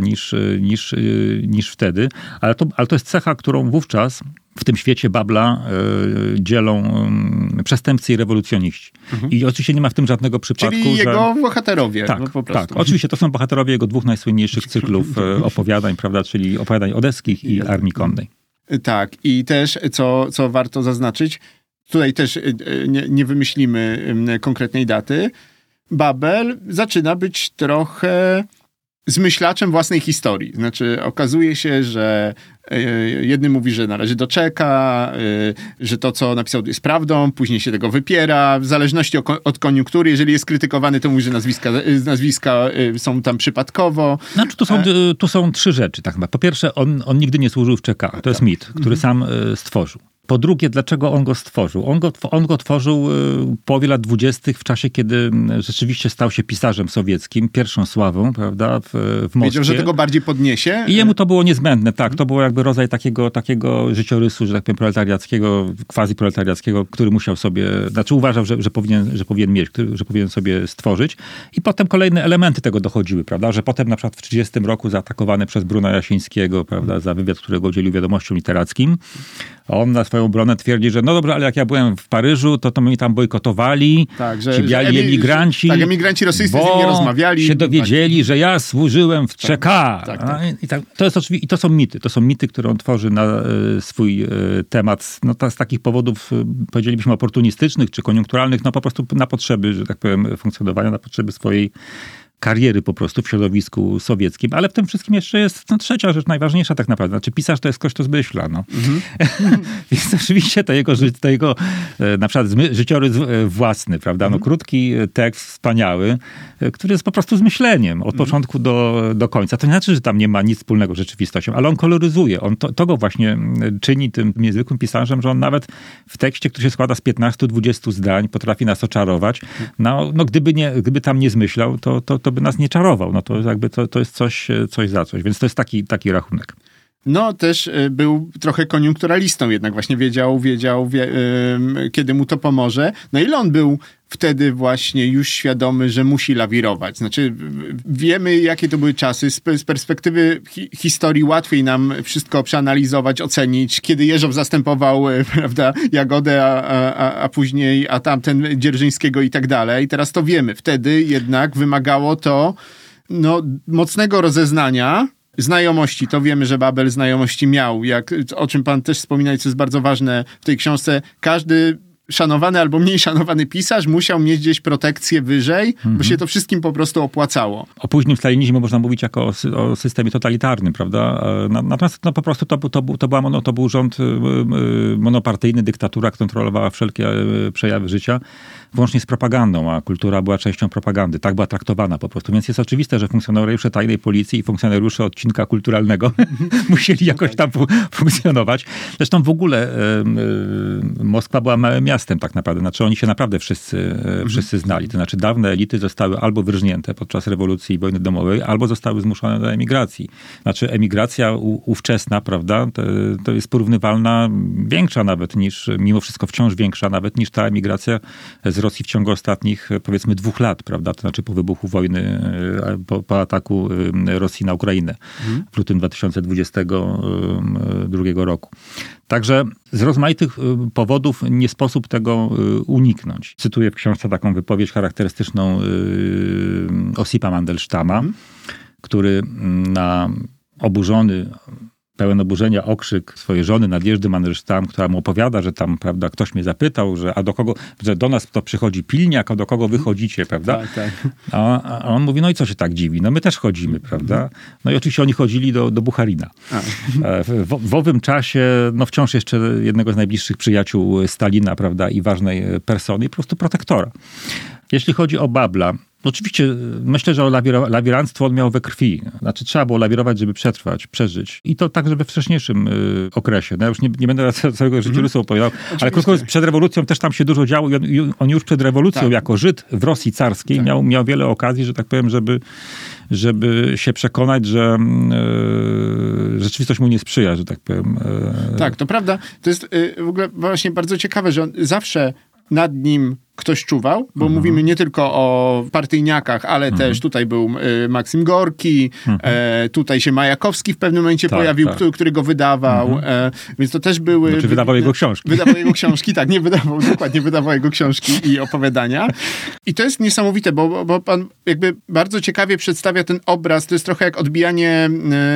[SPEAKER 4] niż wtedy. Ale to jest cecha, którą wówczas w tym świecie Babla dzielą przestępcy i rewolucjoniści. I oczywiście nie ma w tym żadnego przypadku,
[SPEAKER 3] czyli jego bohaterowie.
[SPEAKER 4] Tak,
[SPEAKER 3] no po prostu.
[SPEAKER 4] tak. Oczywiście to są bohaterowie jego dwóch najsłynniejszych cyklów opowiadań, prawda, czyli opowiadań odeckich i Armii Konnej.
[SPEAKER 3] Tak. I też, co warto zaznaczyć, tutaj też nie wymyślimy konkretnej daty, Babel zaczyna być trochę zmyślaczem własnej historii. Znaczy, okazuje się, że jednym mówi, że na razie doczeka, że to, co napisał, jest prawdą, później się tego wypiera, w zależności od koniunktury. Jeżeli jest krytykowany, to mówi, że nazwiska są tam przypadkowo. Znaczy,
[SPEAKER 4] tu są trzy rzeczy. Tak. Po pierwsze, on nigdy nie służył w CK. To jest mit, który sam stworzył. Po drugie, dlaczego on go stworzył? On go tworzył w połowie lat 20. w czasie, kiedy rzeczywiście stał się pisarzem sowieckim, pierwszą sławą, prawda, w Moskwie.
[SPEAKER 3] Wiedział, że tego bardziej podniesie.
[SPEAKER 4] I jemu to było niezbędne, tak. To było jakby rodzaj takiego życiorysu, że tak powiem, proletariackiego, quasi-proletariackiego, który musiał sobie, znaczy uważał, że powinien mieć, że powinien sobie stworzyć. I potem kolejne elementy tego dochodziły, prawda, że potem na przykład w 1930 roku zaatakowany przez Bruna Jasińskiego, prawda, za wywiad, którego udzielił Wiadomościom Literackim. On na swoją obronę twierdzi, że no dobra, ale jak ja byłem w Paryżu, to mnie tam bojkotowali,
[SPEAKER 3] tak,
[SPEAKER 4] ci biali emigranci.
[SPEAKER 3] Tak, emigranci rosyjscy z nim nie rozmawiali.
[SPEAKER 4] Się dowiedzieli, że ja służyłem w CK. Tak. I to są mity, które on tworzy na swój temat. No to z takich powodów, powiedzielibyśmy, oportunistycznych czy koniunkturalnych, no po prostu na potrzeby, że tak powiem, funkcjonowania, na potrzeby swojej kariery po prostu w środowisku sowieckim. Ale w tym wszystkim jeszcze jest trzecia rzecz, najważniejsza tak naprawdę. Znaczy pisarz to jest ktoś, kto zmyśla. No. Więc oczywiście to jego na przykład życiorys własny, prawda? No, krótki tekst, wspaniały, który jest po prostu zmyśleniem od początku do końca. To nie znaczy, że tam nie ma nic wspólnego z rzeczywistością, ale on koloryzuje. To go właśnie czyni tym niezwykłym pisarzem, że on nawet w tekście, który się składa z 15-20 zdań, potrafi nas oczarować. No gdyby tam nie zmyślał, to by nas nie czarował. No to jakby to jest coś za coś. Więc to jest taki rachunek.
[SPEAKER 3] No też był trochę koniunkturalistą jednak. Właśnie wiedział kiedy mu to pomoże. No ile on był wtedy właśnie już świadomy, że musi lawirować. Znaczy wiemy, jakie to były czasy. Z perspektywy historii łatwiej nam wszystko przeanalizować, ocenić. Kiedy Jeżow zastępował, prawda, Jagodę, a później tamten Dzierżyńskiego i tak dalej. Teraz to wiemy. Wtedy jednak wymagało to mocnego rozeznania, znajomości. To wiemy, że Babel znajomości miał. O czym pan też wspominał, co jest bardzo ważne w tej książce. Każdy szanowany albo mniej szanowany pisarz musiał mieć gdzieś protekcję wyżej, bo się to wszystkim po prostu opłacało.
[SPEAKER 4] O późnym stalinizmie można mówić jako o systemie totalitarnym, prawda? Natomiast po prostu to był rząd monopartyjny, dyktatura, która kontrolowała wszelkie przejawy życia, włącznie z propagandą, a kultura była częścią propagandy. Tak była traktowana po prostu. Więc jest oczywiste, że funkcjonariusze tajnej policji i funkcjonariusze odcinka kulturalnego musieli jakoś tam funkcjonować. Zresztą w ogóle Moskwa była małym miastem tak naprawdę. Znaczy oni się naprawdę wszyscy znali. To znaczy dawne elity zostały albo wyrżnięte podczas rewolucji i wojny domowej, albo zostały zmuszone do emigracji. Znaczy emigracja ówczesna, prawda, to jest porównywalna, większa nawet niż, mimo wszystko wciąż większa nawet niż ta emigracja z Rosji w ciągu ostatnich, powiedzmy, 2 lat, prawda? To znaczy po wybuchu wojny, po ataku Rosji na Ukrainę w lutym 2022 roku. Także z rozmaitych powodów nie sposób tego uniknąć. Cytuję w książce taką wypowiedź charakterystyczną Osipa Mandelsztama, który pełen oburzenia okrzyk swojej żony Nadjeżdy Mandelsztam, która mu opowiada, że tam, prawda, ktoś mnie zapytał, że do nas to przychodzi pilniak, a do kogo wy chodzicie, prawda?
[SPEAKER 3] Tak.
[SPEAKER 4] A on mówi, no i co się tak dziwi? No my też chodzimy, prawda? No i oczywiście oni chodzili do Bucharina. W owym czasie, no wciąż jeszcze jednego z najbliższych przyjaciół Stalina, prawda, i ważnej persony, i po prostu protektora. Jeśli chodzi o Babla, oczywiście myślę, że lawirantstwo on miał we krwi. Znaczy trzeba było lawirować, żeby przetrwać, przeżyć. I to także we wcześniejszym okresie. No ja już nie będę całego życiorysu opowiadał, ale krótko przed rewolucją też tam się dużo działo i on już przed rewolucją jako Żyd w Rosji carskiej miał wiele okazji, że tak powiem, żeby żeby się przekonać, że rzeczywistość mu nie sprzyja, że tak powiem.
[SPEAKER 3] Tak, to prawda. To jest w ogóle właśnie bardzo ciekawe, że on zawsze nad nim ktoś czuwał, bo mówimy nie tylko o partyjniakach, ale też tutaj był Maksym Gorki, tutaj się Majakowski w pewnym momencie pojawił, który go wydawał, więc to też były...
[SPEAKER 4] Znaczy wydawał jego książki.
[SPEAKER 3] Wydawał jego książki, tak, nie wydawał, dokładnie wydawał jego książki i opowiadania. I to jest niesamowite, bo pan jakby bardzo ciekawie przedstawia ten obraz, to jest trochę jak odbijanie,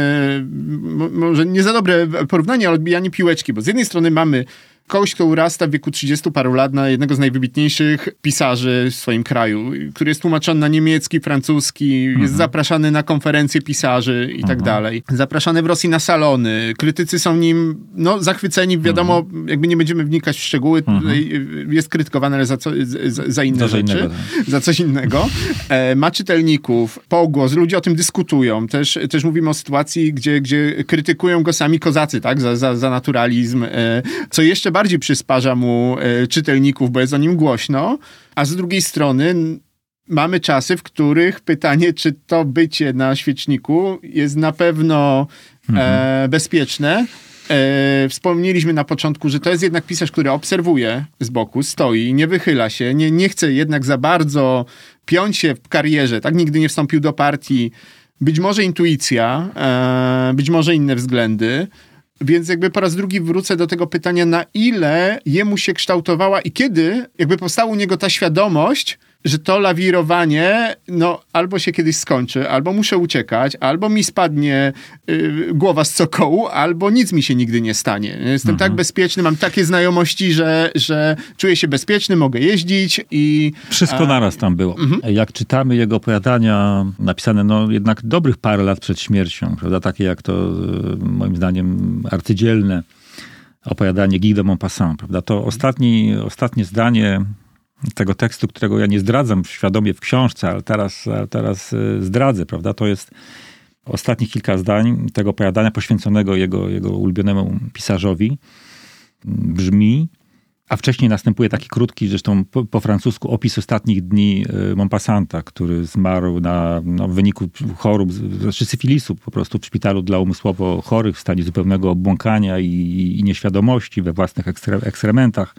[SPEAKER 3] może nie za dobre porównanie, ale odbijanie piłeczki, bo z jednej strony mamy kogoś, kto urasta w wieku 30 paru lat na jednego z najwybitniejszych pisarzy w swoim kraju, który jest tłumaczony na niemiecki, francuski, jest zapraszany na konferencje pisarzy i tak dalej. Zapraszany w Rosji na salony. Krytycy są nim zachwyceni. Wiadomo, jakby nie będziemy wnikać w szczegóły. Jest krytykowany, ale za inne rzeczy. Za coś innego. Ma czytelników, pogłos, ludzie o tym dyskutują. Też mówimy o sytuacji, gdzie krytykują go sami kozacy, tak? Za naturalizm. Co jeszcze bardziej przysparza mu czytelników, bo jest o nim głośno, a z drugiej strony mamy czasy, w których pytanie, czy to bycie na świeczniku jest na pewno bezpieczne. Wspomnieliśmy na początku, że to jest jednak pisarz, który obserwuje z boku, stoi, nie wychyla się, nie chce jednak za bardzo piąć się w karierze, tak? Nigdy nie wstąpił do partii. Być może intuicja, być może inne względy. Więc jakby po raz drugi wrócę do tego pytania, na ile jemu się kształtowała i kiedy jakby powstała u niego ta świadomość, że to lawirowanie, albo się kiedyś skończy, albo muszę uciekać, albo mi spadnie głowa z cokołu, albo nic mi się nigdy nie stanie. Jestem tak bezpieczny, mam takie znajomości, że czuję się bezpieczny, mogę jeździć i...
[SPEAKER 4] Wszystko naraz tam było. Jak czytamy jego opowiadania napisane, jednak dobrych parę lat przed śmiercią, prawda, takie jak to, moim zdaniem, arcydzielne opowiadanie Guy de Maupassant, prawda, to ostatnie zdanie tego tekstu, którego ja nie zdradzam świadomie w książce, ale teraz zdradzę, prawda? To jest ostatnich kilka zdań tego opowiadania poświęconego jego ulubionemu pisarzowi. Brzmi, a wcześniej następuje taki krótki, zresztą po francusku, opis ostatnich dni Maupassanta, który zmarł w wyniku chorób, znaczy syfilisu po prostu w szpitalu dla umysłowo chorych w stanie zupełnego obłąkania i nieświadomości we własnych ekskrementach.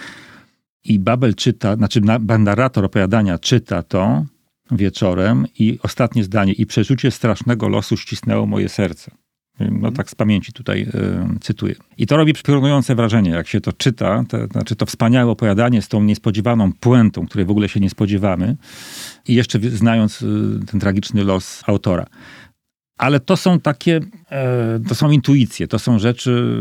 [SPEAKER 4] I Babel czyta, narrator opowiadania czyta to wieczorem i ostatnie zdanie: i przeczucie strasznego losu ścisnęło moje serce. Tak z pamięci tutaj cytuję. I to robi piorunujące wrażenie, jak się to czyta, to wspaniałe opowiadanie z tą niespodziewaną puentą, której w ogóle się nie spodziewamy i jeszcze znając ten tragiczny los autora. Ale to są to są intuicje, to są rzeczy...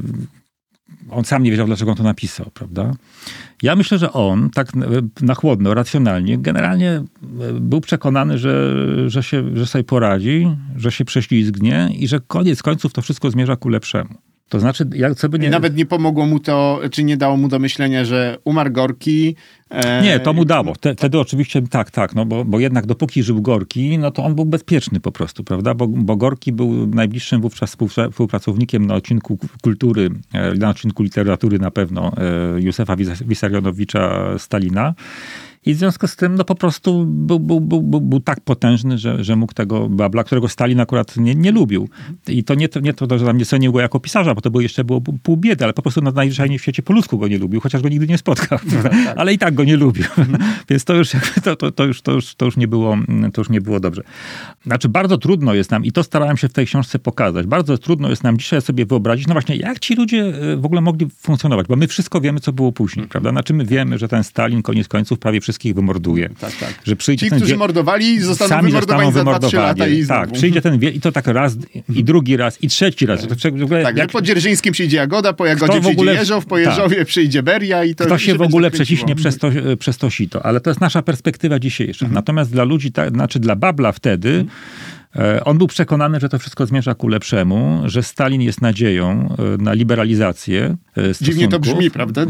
[SPEAKER 4] On sam nie wiedział, dlaczego on to napisał, prawda? Ja myślę, że on tak na chłodno, racjonalnie, generalnie był przekonany, że sobie poradzi, że się prześlizgnie i że koniec końców to wszystko zmierza ku lepszemu. To znaczy,
[SPEAKER 3] Nawet nie pomogło mu to, czy nie dało mu do myślenia, że umarł Gorki.
[SPEAKER 4] Nie, to mu dało. Wtedy oczywiście tak, bo jednak dopóki żył Gorki, to on był bezpieczny po prostu, prawda? Bo Gorki był najbliższym wówczas współpracownikiem na odcinku kultury, na odcinku literatury na pewno, Józefa Wissarionowicza Stalina. I w związku z tym po prostu był tak potężny, że mógł tego Babla, którego Stalin akurat nie lubił. I to nie to, że tam nie cenił go jako pisarza, bo to jeszcze było pół biedy, ale po prostu najzwyczajniej w świecie po ludzku go nie lubił, chociaż go nigdy nie spotkał. Tak. Ale i tak go nie lubił. Więc to już nie było dobrze. Znaczy bardzo trudno jest nam, i to starałem się w tej książce pokazać, bardzo trudno jest nam dzisiaj sobie wyobrazić, właśnie jak ci ludzie w ogóle mogli funkcjonować, bo my wszystko wiemy, co było później, prawda? Znaczy my wiemy, że ten Stalin koniec końców prawie wszystkich wymorduje.
[SPEAKER 3] Tak.
[SPEAKER 4] Że przyjdzie
[SPEAKER 3] ci, którzy mordowali, zostaną wymordowani za 2-3 lata i znowu.
[SPEAKER 4] Tak, przyjdzie i to tak raz, i drugi raz, i trzeci raz.
[SPEAKER 3] Że po Dzierżyńskim przyjdzie Jagoda, po Jagodzie przyjdzie Jeżow, po Jeżowie przyjdzie Beria i to...
[SPEAKER 4] Kto się w ogóle przeciśnie przez to sito. Ale to jest nasza perspektywa dzisiejsza. Natomiast dla ludzi, dla Babla wtedy, On był przekonany, że to wszystko zmierza ku lepszemu, że Stalin jest nadzieją na liberalizację stosunków.
[SPEAKER 3] Dziwnie to brzmi, prawda?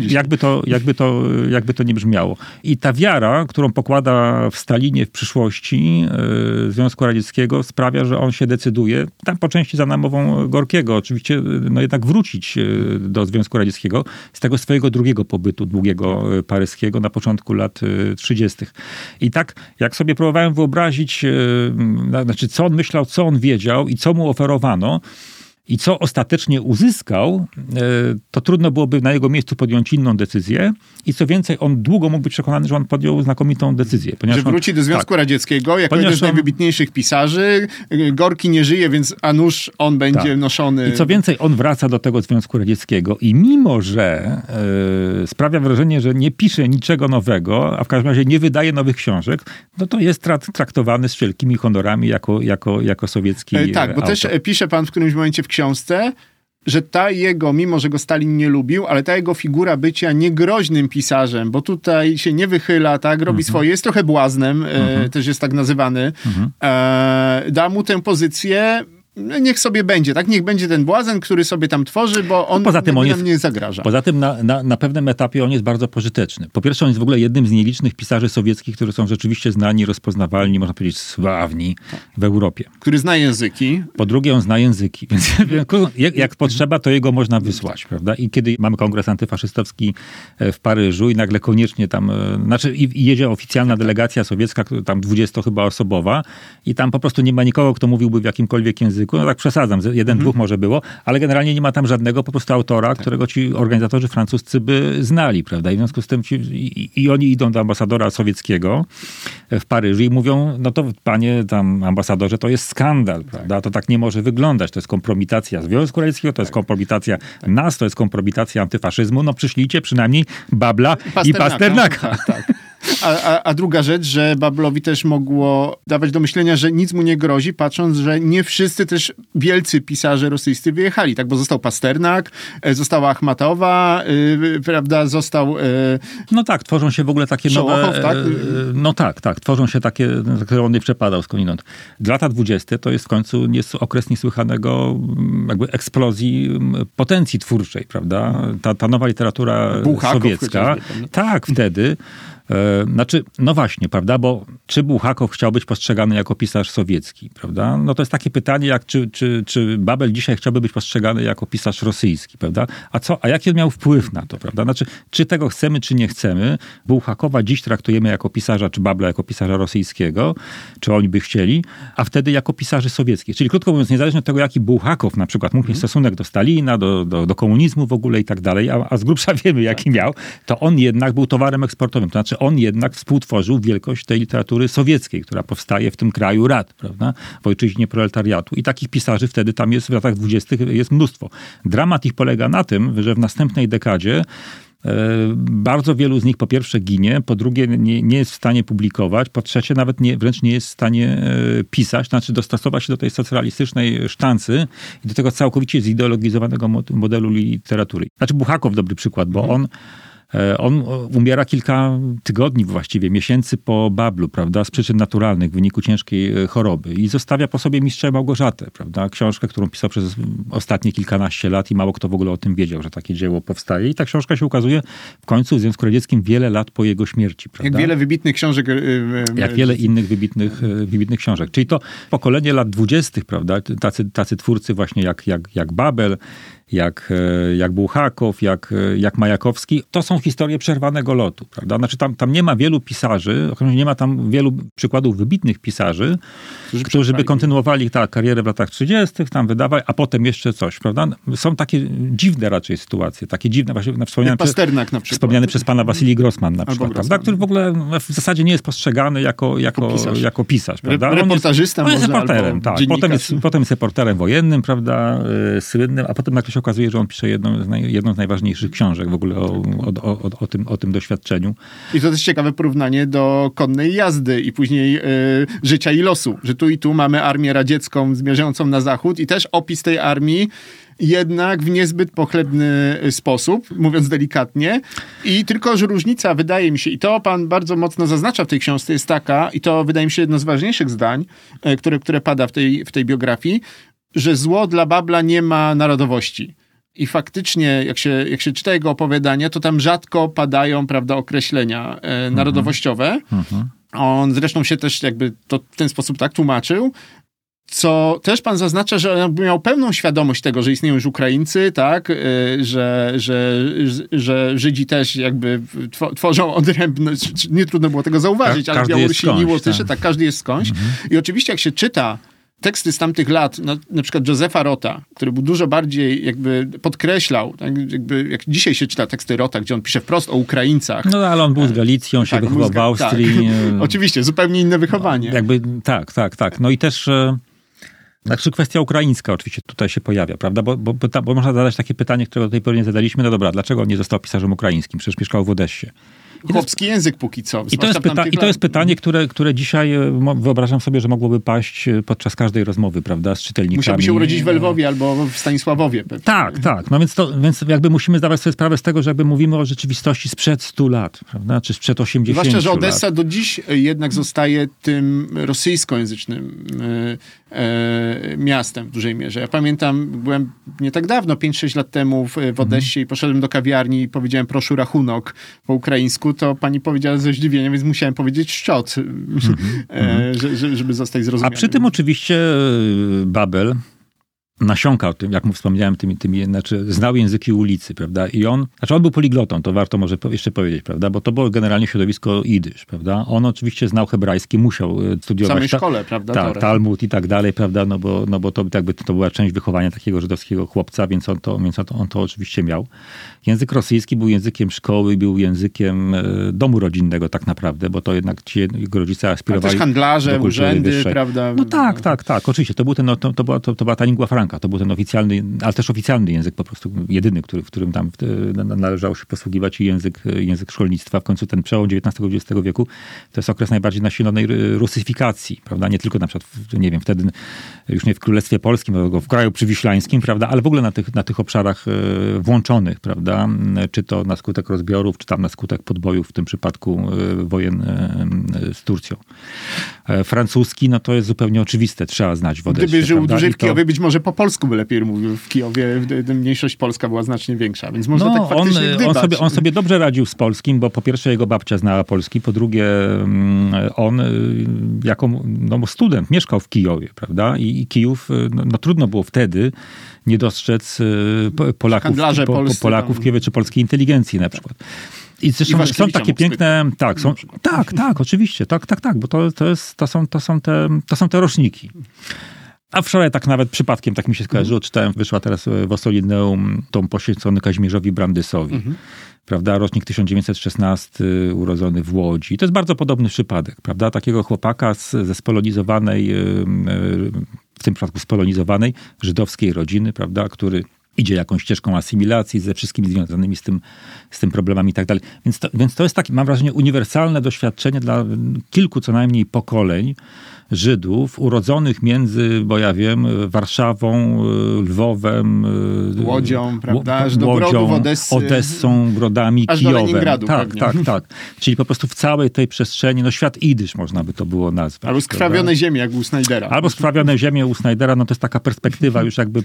[SPEAKER 4] Jakby to nie brzmiało. I ta wiara, którą pokłada w Stalinie w przyszłości Związku Radzieckiego, sprawia, że on się decyduje, tam po części za namową Gorkiego, oczywiście jednak wrócić do Związku Radzieckiego z tego swojego drugiego pobytu długiego paryskiego na początku lat 30. I tak, jak sobie próbowałem wyobrazić, znaczy co on myślał, co on wiedział i co mu oferowano, i co ostatecznie uzyskał, to trudno byłoby na jego miejscu podjąć inną decyzję. I co więcej, on długo mógł być przekonany, że on podjął znakomitą decyzję.
[SPEAKER 3] Że wróci do Związku Radzieckiego jako jeden z najwybitniejszych pisarzy. Gorki nie żyje, więc a nuż on będzie noszony.
[SPEAKER 4] I co więcej, on wraca do tego Związku Radzieckiego i mimo, że sprawia wrażenie, że nie pisze niczego nowego, a w każdym razie nie wydaje nowych książek, no to jest traktowany z wszelkimi honorami jako sowiecki
[SPEAKER 3] Tak, bo
[SPEAKER 4] autor.
[SPEAKER 3] też pisze pan w którymś momencie w książce, że ta jego, mimo że go Stalin nie lubił, ale ta jego figura bycia niegroźnym pisarzem, bo tutaj się nie wychyla, tak, robi swoje, jest trochę błaznem, też jest tak nazywany, da mu tę pozycję, niech sobie będzie, tak? Niech będzie ten błazen, który sobie tam tworzy, bo on nam nie zagraża.
[SPEAKER 4] Poza tym na pewnym etapie on jest bardzo pożyteczny. Po pierwsze, on jest w ogóle jednym z nielicznych pisarzy sowieckich, którzy są rzeczywiście znani, rozpoznawalni, można powiedzieć sławni w Europie.
[SPEAKER 3] Który zna języki.
[SPEAKER 4] Po drugie, on zna języki, więc jak potrzeba, to jego można wysłać, prawda? I kiedy mamy kongres antyfaszystowski w Paryżu i nagle koniecznie tam, i jedzie oficjalna delegacja sowiecka, tam 20 chyba osobowa i tam po prostu nie ma nikogo, kto mówiłby w jakimkolwiek języku. No tak przesadzam, dwóch może było, ale generalnie nie ma tam żadnego po prostu autora, którego ci organizatorzy francuscy by znali, prawda? I w związku z tym oni idą do ambasadora sowieckiego w Paryżu i mówią, no to panie tam ambasadorze, to jest skandal, prawda? To tak nie może wyglądać. To jest kompromitacja Związku Radzieckiego, to jest kompromitacja nas, to jest kompromitacja antyfaszyzmu. No przyślijcie przynajmniej Babla i Pasternaka.
[SPEAKER 3] Tak. A druga rzecz, że Bablowi też mogło dawać do myślenia, że nic mu nie grozi, patrząc, że nie wszyscy też wielcy pisarze rosyjscy wyjechali, tak? Bo został Pasternak, została Achmatowa, prawda, został...
[SPEAKER 4] No tak, tworzą się w ogóle takie
[SPEAKER 3] Szołochow,
[SPEAKER 4] nowe...
[SPEAKER 3] tak?
[SPEAKER 4] No tak, tworzą się takie, które on nie przepadał skądinąd. Lata 20 to jest w końcu okres niesłychanego jakby eksplozji potencji twórczej, prawda? Ta nowa literatura
[SPEAKER 3] Bułhakow
[SPEAKER 4] sowiecka. Tak, wtedy... Znaczy, no właśnie, prawda, bo czy Bułhakow chciał być postrzegany jako pisarz sowiecki, prawda? No to jest takie pytanie, jak czy Babel dzisiaj chciałby być postrzegany jako pisarz rosyjski, prawda? A jaki on miał wpływ na to, prawda? Znaczy, czy tego chcemy, czy nie chcemy, Bułhakowa dziś traktujemy jako pisarza, czy Babla jako pisarza rosyjskiego, czy oni by chcieli, a wtedy jako pisarzy sowieckich. Czyli krótko mówiąc, niezależnie od tego, jaki Bułhakow na przykład mógł mieć stosunek do Stalina, do komunizmu w ogóle i tak dalej, a z grubsza wiemy, jaki miał, to on jednak był towarem eksportowym. To znaczy, on jednak współtworzył wielkość tej literatury sowieckiej, która powstaje w tym kraju rad, prawda? W ojczyźnie proletariatu. I takich pisarzy wtedy tam jest w latach 20. jest mnóstwo. Dramat ich polega na tym, że w następnej dekadzie bardzo wielu z nich po pierwsze ginie, po drugie nie jest w stanie publikować, po trzecie nawet wręcz nie jest w stanie pisać, znaczy dostosować się do tej socrealistycznej sztancy i do tego całkowicie zideologizowanego modelu literatury. Znaczy Bułhakow dobry przykład, bo on umiera kilka tygodni, właściwie miesięcy po Bablu, prawda, z przyczyn naturalnych w wyniku ciężkiej choroby i zostawia po sobie Mistrza i Małgorzatę, prawda, książkę, którą pisał przez ostatnie kilkanaście lat i mało kto w ogóle o tym wiedział, że takie dzieło powstaje i ta książka się ukazuje w końcu w Związku Radzieckim wiele lat po jego śmierci, prawda.
[SPEAKER 3] Jak wiele wybitnych książek.
[SPEAKER 4] Jak wiele innych wybitnych książek. Czyli to pokolenie lat 20., prawda, tacy twórcy właśnie jak Babel, jak Bułhakow, jak Majakowski, to są historie przerwanego lotu, prawda? Znaczy tam nie ma wielu pisarzy, nie ma tam wielu przykładów wybitnych pisarzy, którzy by kontynuowali karierę w latach 30., tam wydawali, a potem jeszcze coś, prawda? Są takie dziwne raczej sytuacje, takie dziwne, właśnie
[SPEAKER 3] Pasternak na przykład.
[SPEAKER 4] Wspomniany przez pana Wasilij Grossman na przykład, prawda? Który w ogóle w zasadzie nie jest postrzegany jako pisarz, prawda?
[SPEAKER 3] Reportażysta
[SPEAKER 4] on jest
[SPEAKER 3] może,
[SPEAKER 4] reporterem, tak. Potem jest reporterem wojennym, prawda? Słynnym, a potem nagle się się okazuje, że on pisze jedną z najważniejszych książek w ogóle o tym doświadczeniu.
[SPEAKER 3] I to też ciekawe porównanie do konnej jazdy i później życia i losu, że tu i tu mamy armię radziecką zmierzającą na zachód i też opis tej armii jednak w niezbyt pochlebny sposób, mówiąc delikatnie. I tylko, że różnica, wydaje mi się, i to pan bardzo mocno zaznacza w tej książce, jest taka, i to wydaje mi się jedno z ważniejszych zdań, które pada w tej biografii, że zło dla Babla nie ma narodowości. I faktycznie, jak się czyta jego opowiadania, to tam rzadko padają, prawda, określenia narodowościowe. On zresztą się też jakby to w ten sposób tak tłumaczył, co też pan zaznacza, że on miał pełną świadomość tego, że istnieją już Ukraińcy, tak, że Żydzi też jakby tworzą odrębność. Nie trudno było tego zauważyć, ale Białorusini, Łotysze, tak, każdy jest skądś. I oczywiście jak się czyta teksty z tamtych lat, na przykład Józefa Rota, który był dużo bardziej jakby podkreślał, tak, jakby jak dzisiaj się czyta teksty Rota, gdzie on pisze wprost o Ukraińcach.
[SPEAKER 4] No ale on był z Galicji, on się wychował w Austrii.
[SPEAKER 3] Tak. Oczywiście, zupełnie inne wychowanie.
[SPEAKER 4] Jakby tak. No i też znaczy kwestia ukraińska oczywiście tutaj się pojawia, prawda? Bo można zadać takie pytanie, które do tej pory nie zadaliśmy. No dobra, dlaczego on nie został pisarzem ukraińskim? Przecież mieszkał w Odessie.
[SPEAKER 3] Chłopski język póki co.
[SPEAKER 4] I to jest pytanie, które dzisiaj wyobrażam sobie, że mogłoby paść podczas każdej rozmowy, prawda, z czytelnikami.
[SPEAKER 3] Musiałby się urodzić w Lwowie albo w Stanisławowie. Pewnie.
[SPEAKER 4] Tak. No więc jakby musimy zdawać sobie sprawę z tego, że jakby mówimy o rzeczywistości sprzed 100 lat, prawda, czy sprzed 80 lat.
[SPEAKER 3] Zwłaszcza, że Odessa do dziś jednak zostaje tym rosyjskojęzycznym miastem w dużej mierze. Ja pamiętam, byłem nie tak dawno, 5-6 lat temu w Odessie i poszedłem do kawiarni i powiedziałem proszę rachunok po ukraińsku, to pani powiedziała ze zdziwieniem, więc musiałem powiedzieć szczot, żeby zostać zrozumianym.
[SPEAKER 4] A przy tym oczywiście Babel nasiąkał tym, jak mu wspomniałem, znaczy znał języki ulicy, prawda? I on był poliglotą, to warto może jeszcze powiedzieć, prawda? Bo to było generalnie środowisko jidysz, prawda? On oczywiście znał hebrajski, musiał studiować.
[SPEAKER 3] W samej szkole, prawda?
[SPEAKER 4] Tak, Talmud i tak dalej, prawda? No bo to jakby to była część wychowania takiego żydowskiego chłopca, więc on to oczywiście miał. Język rosyjski był językiem szkoły, był językiem domu rodzinnego tak naprawdę, bo to jednak ci jego rodzice aspirowali.
[SPEAKER 3] Ale też handlarze, urzędy, wyższej. Prawda?
[SPEAKER 4] No tak, oczywiście. To była ta lingua franca. To był ten oficjalny, ale też oficjalny język po prostu jedyny, w którym tam należało się posługiwać i język szkolnictwa. W końcu ten przełom XIX-XX wieku to jest okres najbardziej nasilonej rusyfikacji, prawda? Nie tylko na przykład, nie wiem, wtedy już nie w Królestwie Polskim, tylko w kraju przywiślańskim, prawda? Ale w ogóle na tych obszarach włączonych, prawda? Czy to na skutek rozbiorów, czy tam na skutek podbojów, w tym przypadku wojen z Turcją. Francuski, no to jest zupełnie oczywiste, trzeba znać w Odessie.
[SPEAKER 3] Gdyby żył dłużej w Kijowie, być może po polsku by lepiej mówił. W Kijowie mniejszość polska była znacznie większa, więc może tak faktycznie gdybać.
[SPEAKER 4] On sobie dobrze radził z polskim, bo po pierwsze jego babcia znała polski, po drugie on jako student mieszkał w Kijowie, prawda? I Kijów, trudno było wtedy nie dostrzec Polaków w Kijowie, czy polskiej inteligencji na przykład. I zresztą są takie piękne... Tak, oczywiście, tak, bo to są te roczniki. A wczoraj tak nawet przypadkiem, tak mi się skojarzyło, czytałem, wyszła teraz w Ossolineum tom poświęcony Kazimierzowi Brandysowi. Prawda? Rocznik 1916, urodzony w Łodzi. To jest bardzo podobny przypadek, prawda? Takiego chłopaka ze spolonizowanej, w tym przypadku spolonizowanej żydowskiej rodziny, prawda? Który idzie jakąś ścieżką asymilacji ze wszystkimi związanymi z tym problemami i tak dalej. Więc to jest takie, mam wrażenie, uniwersalne doświadczenie dla kilku co najmniej pokoleń Żydów urodzonych między, bo ja wiem, Warszawą, Lwowem,
[SPEAKER 3] Łodzią, prawda? Aż do Brodów,
[SPEAKER 4] Odessą, Brodami,
[SPEAKER 3] aż
[SPEAKER 4] Kijowem.
[SPEAKER 3] Do Leningradu,
[SPEAKER 4] tak. Czyli po prostu w całej tej przestrzeni, świat jidysz można by to było nazwać.
[SPEAKER 3] Albo skrawione ziemię, jak u Snyder'a.
[SPEAKER 4] Albo skrawione ziemię u Snydera, to jest taka perspektywa już jakby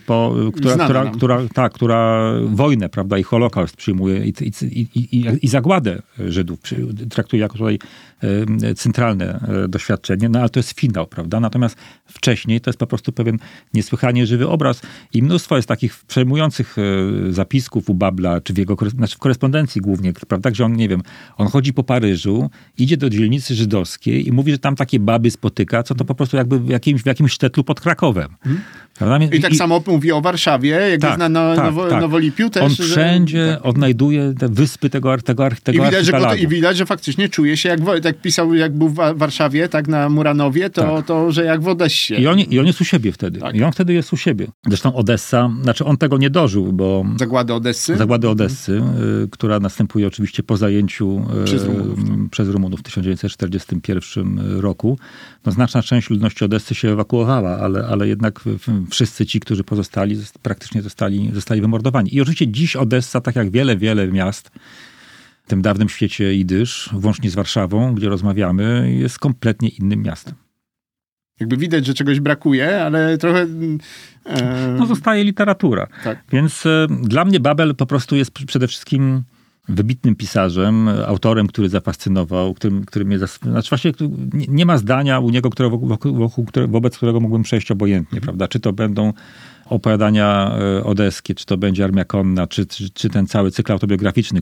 [SPEAKER 4] która wojnę, prawda, i Holokaust przyjmuje i zagładę Żydów traktuje jako tutaj centralne doświadczenie, ale to jest finał, prawda? Natomiast wcześniej to jest po prostu pewien niesłychanie żywy obraz i mnóstwo jest takich przejmujących zapisków u Babla, czy w korespondencji głównie, prawda? Gdzie on, nie wiem, on chodzi po Paryżu, idzie do dzielnicy żydowskiej i mówi, że tam takie baby spotyka, co to po prostu jakby w jakimś sztetlu pod Krakowem.
[SPEAKER 3] I tak samo mówi o Warszawie, jak jest na Nowolipiu też.
[SPEAKER 4] On wszędzie odnajduje te wyspy tego archipelagu.
[SPEAKER 3] I widać, że faktycznie czuje się, jak pisał, jak był w Warszawie, tak na Muranowie, to to że jak w Odessie.
[SPEAKER 4] I on jest u siebie wtedy. Tak. I on wtedy jest u siebie. Zresztą Odessa, znaczy on tego nie dożył, bo... Zagłady Odessy, która następuje oczywiście po zajęciu przez Rumunów w 1941 roku. No, znaczna część ludności Odessy się ewakuowała, ale jednak wszyscy ci, którzy pozostali, praktycznie zostali wymordowani. I oczywiście dziś Odessa, tak jak wiele miast w tym dawnym świecie jidysz, włącznie z Warszawą, gdzie rozmawiamy, jest kompletnie innym miastem.
[SPEAKER 3] Jakby widać, że czegoś brakuje, ale trochę...
[SPEAKER 4] No zostaje literatura. Tak. Więc dla mnie Babel po prostu jest przede wszystkim wybitnym pisarzem, autorem, który zafascynował, który mnie... Znaczy właśnie nie ma zdania u niego, wobec którego mógłbym przejść obojętnie, prawda? Czy to będą opowiadania odeskie, czy to będzie Armia Konna, czy ten cały cykl autobiograficzny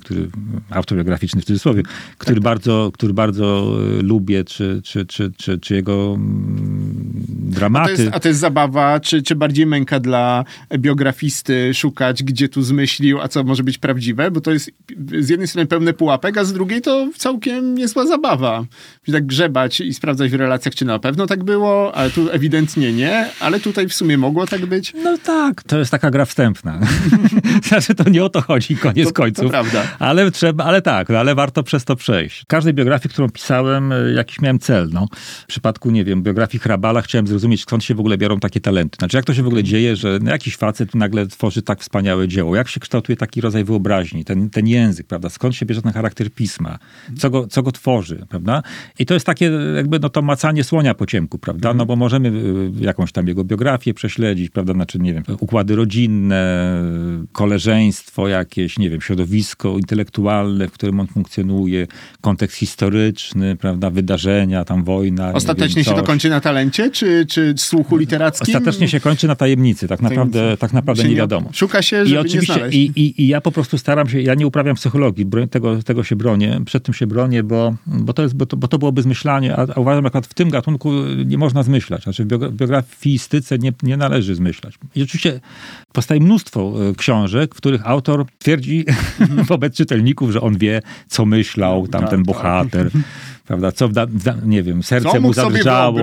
[SPEAKER 4] w cudzysłowie, który bardzo lubię, czy jego dramaty.
[SPEAKER 3] A to jest zabawa, czy bardziej męka dla biografisty szukać, gdzie tu zmyślił, a co może być prawdziwe, bo to jest z jednej strony pełne pułapek, a z drugiej to całkiem niezła zabawa. Tak grzebać i sprawdzać w relacjach, czy na pewno tak było, ale tu ewidentnie nie, ale tutaj w sumie mogło tak być.
[SPEAKER 4] No tak, to jest taka gra wstępna. Znaczy to nie o to chodzi, koniec końców.
[SPEAKER 3] To prawda.
[SPEAKER 4] Ale warto przez to przejść. W każdej biografii, którą pisałem, jakiś miałem cel. No. W przypadku, nie wiem, biografii Hrabala chciałem zrozumieć, skąd się w ogóle biorą takie talenty. Znaczy jak to się w ogóle dzieje, że jakiś facet nagle tworzy tak wspaniałe dzieło. Jak się kształtuje taki rodzaj wyobraźni, ten język, prawda? Skąd się bierze ten charakter pisma? Co go tworzy, prawda? I to jest takie jakby to macanie słonia po ciemku, prawda? No bo możemy jakąś tam jego biografię prześledzić, prawda? Znaczy, nie wiem, układy rodzinne, koleżeństwo jakieś, nie wiem, środowisko intelektualne, w którym on funkcjonuje, kontekst historyczny, prawda? Wydarzenia, tam wojna.
[SPEAKER 3] Ostatecznie się to kończy na talencie, czy słuchu literackim?
[SPEAKER 4] Ostatecznie się kończy na tajemnicy. Tak naprawdę nie wiadomo.
[SPEAKER 3] Szuka się, żeby nie znaleźć.
[SPEAKER 4] I ja po prostu staram się, ja nie uprawiam psychologii, tego się bronię, przed tym się bronię, bo to byłoby zmyślanie, a uważam, że w tym gatunku nie można zmyślać. Znaczy w biografistyce nie należy zmyślać. I oczywiście powstaje mnóstwo książek, w których autor twierdzi wobec czytelników, że on wie, co myślał ten bohater. Prawda, nie wiem, serce mu zadrżało.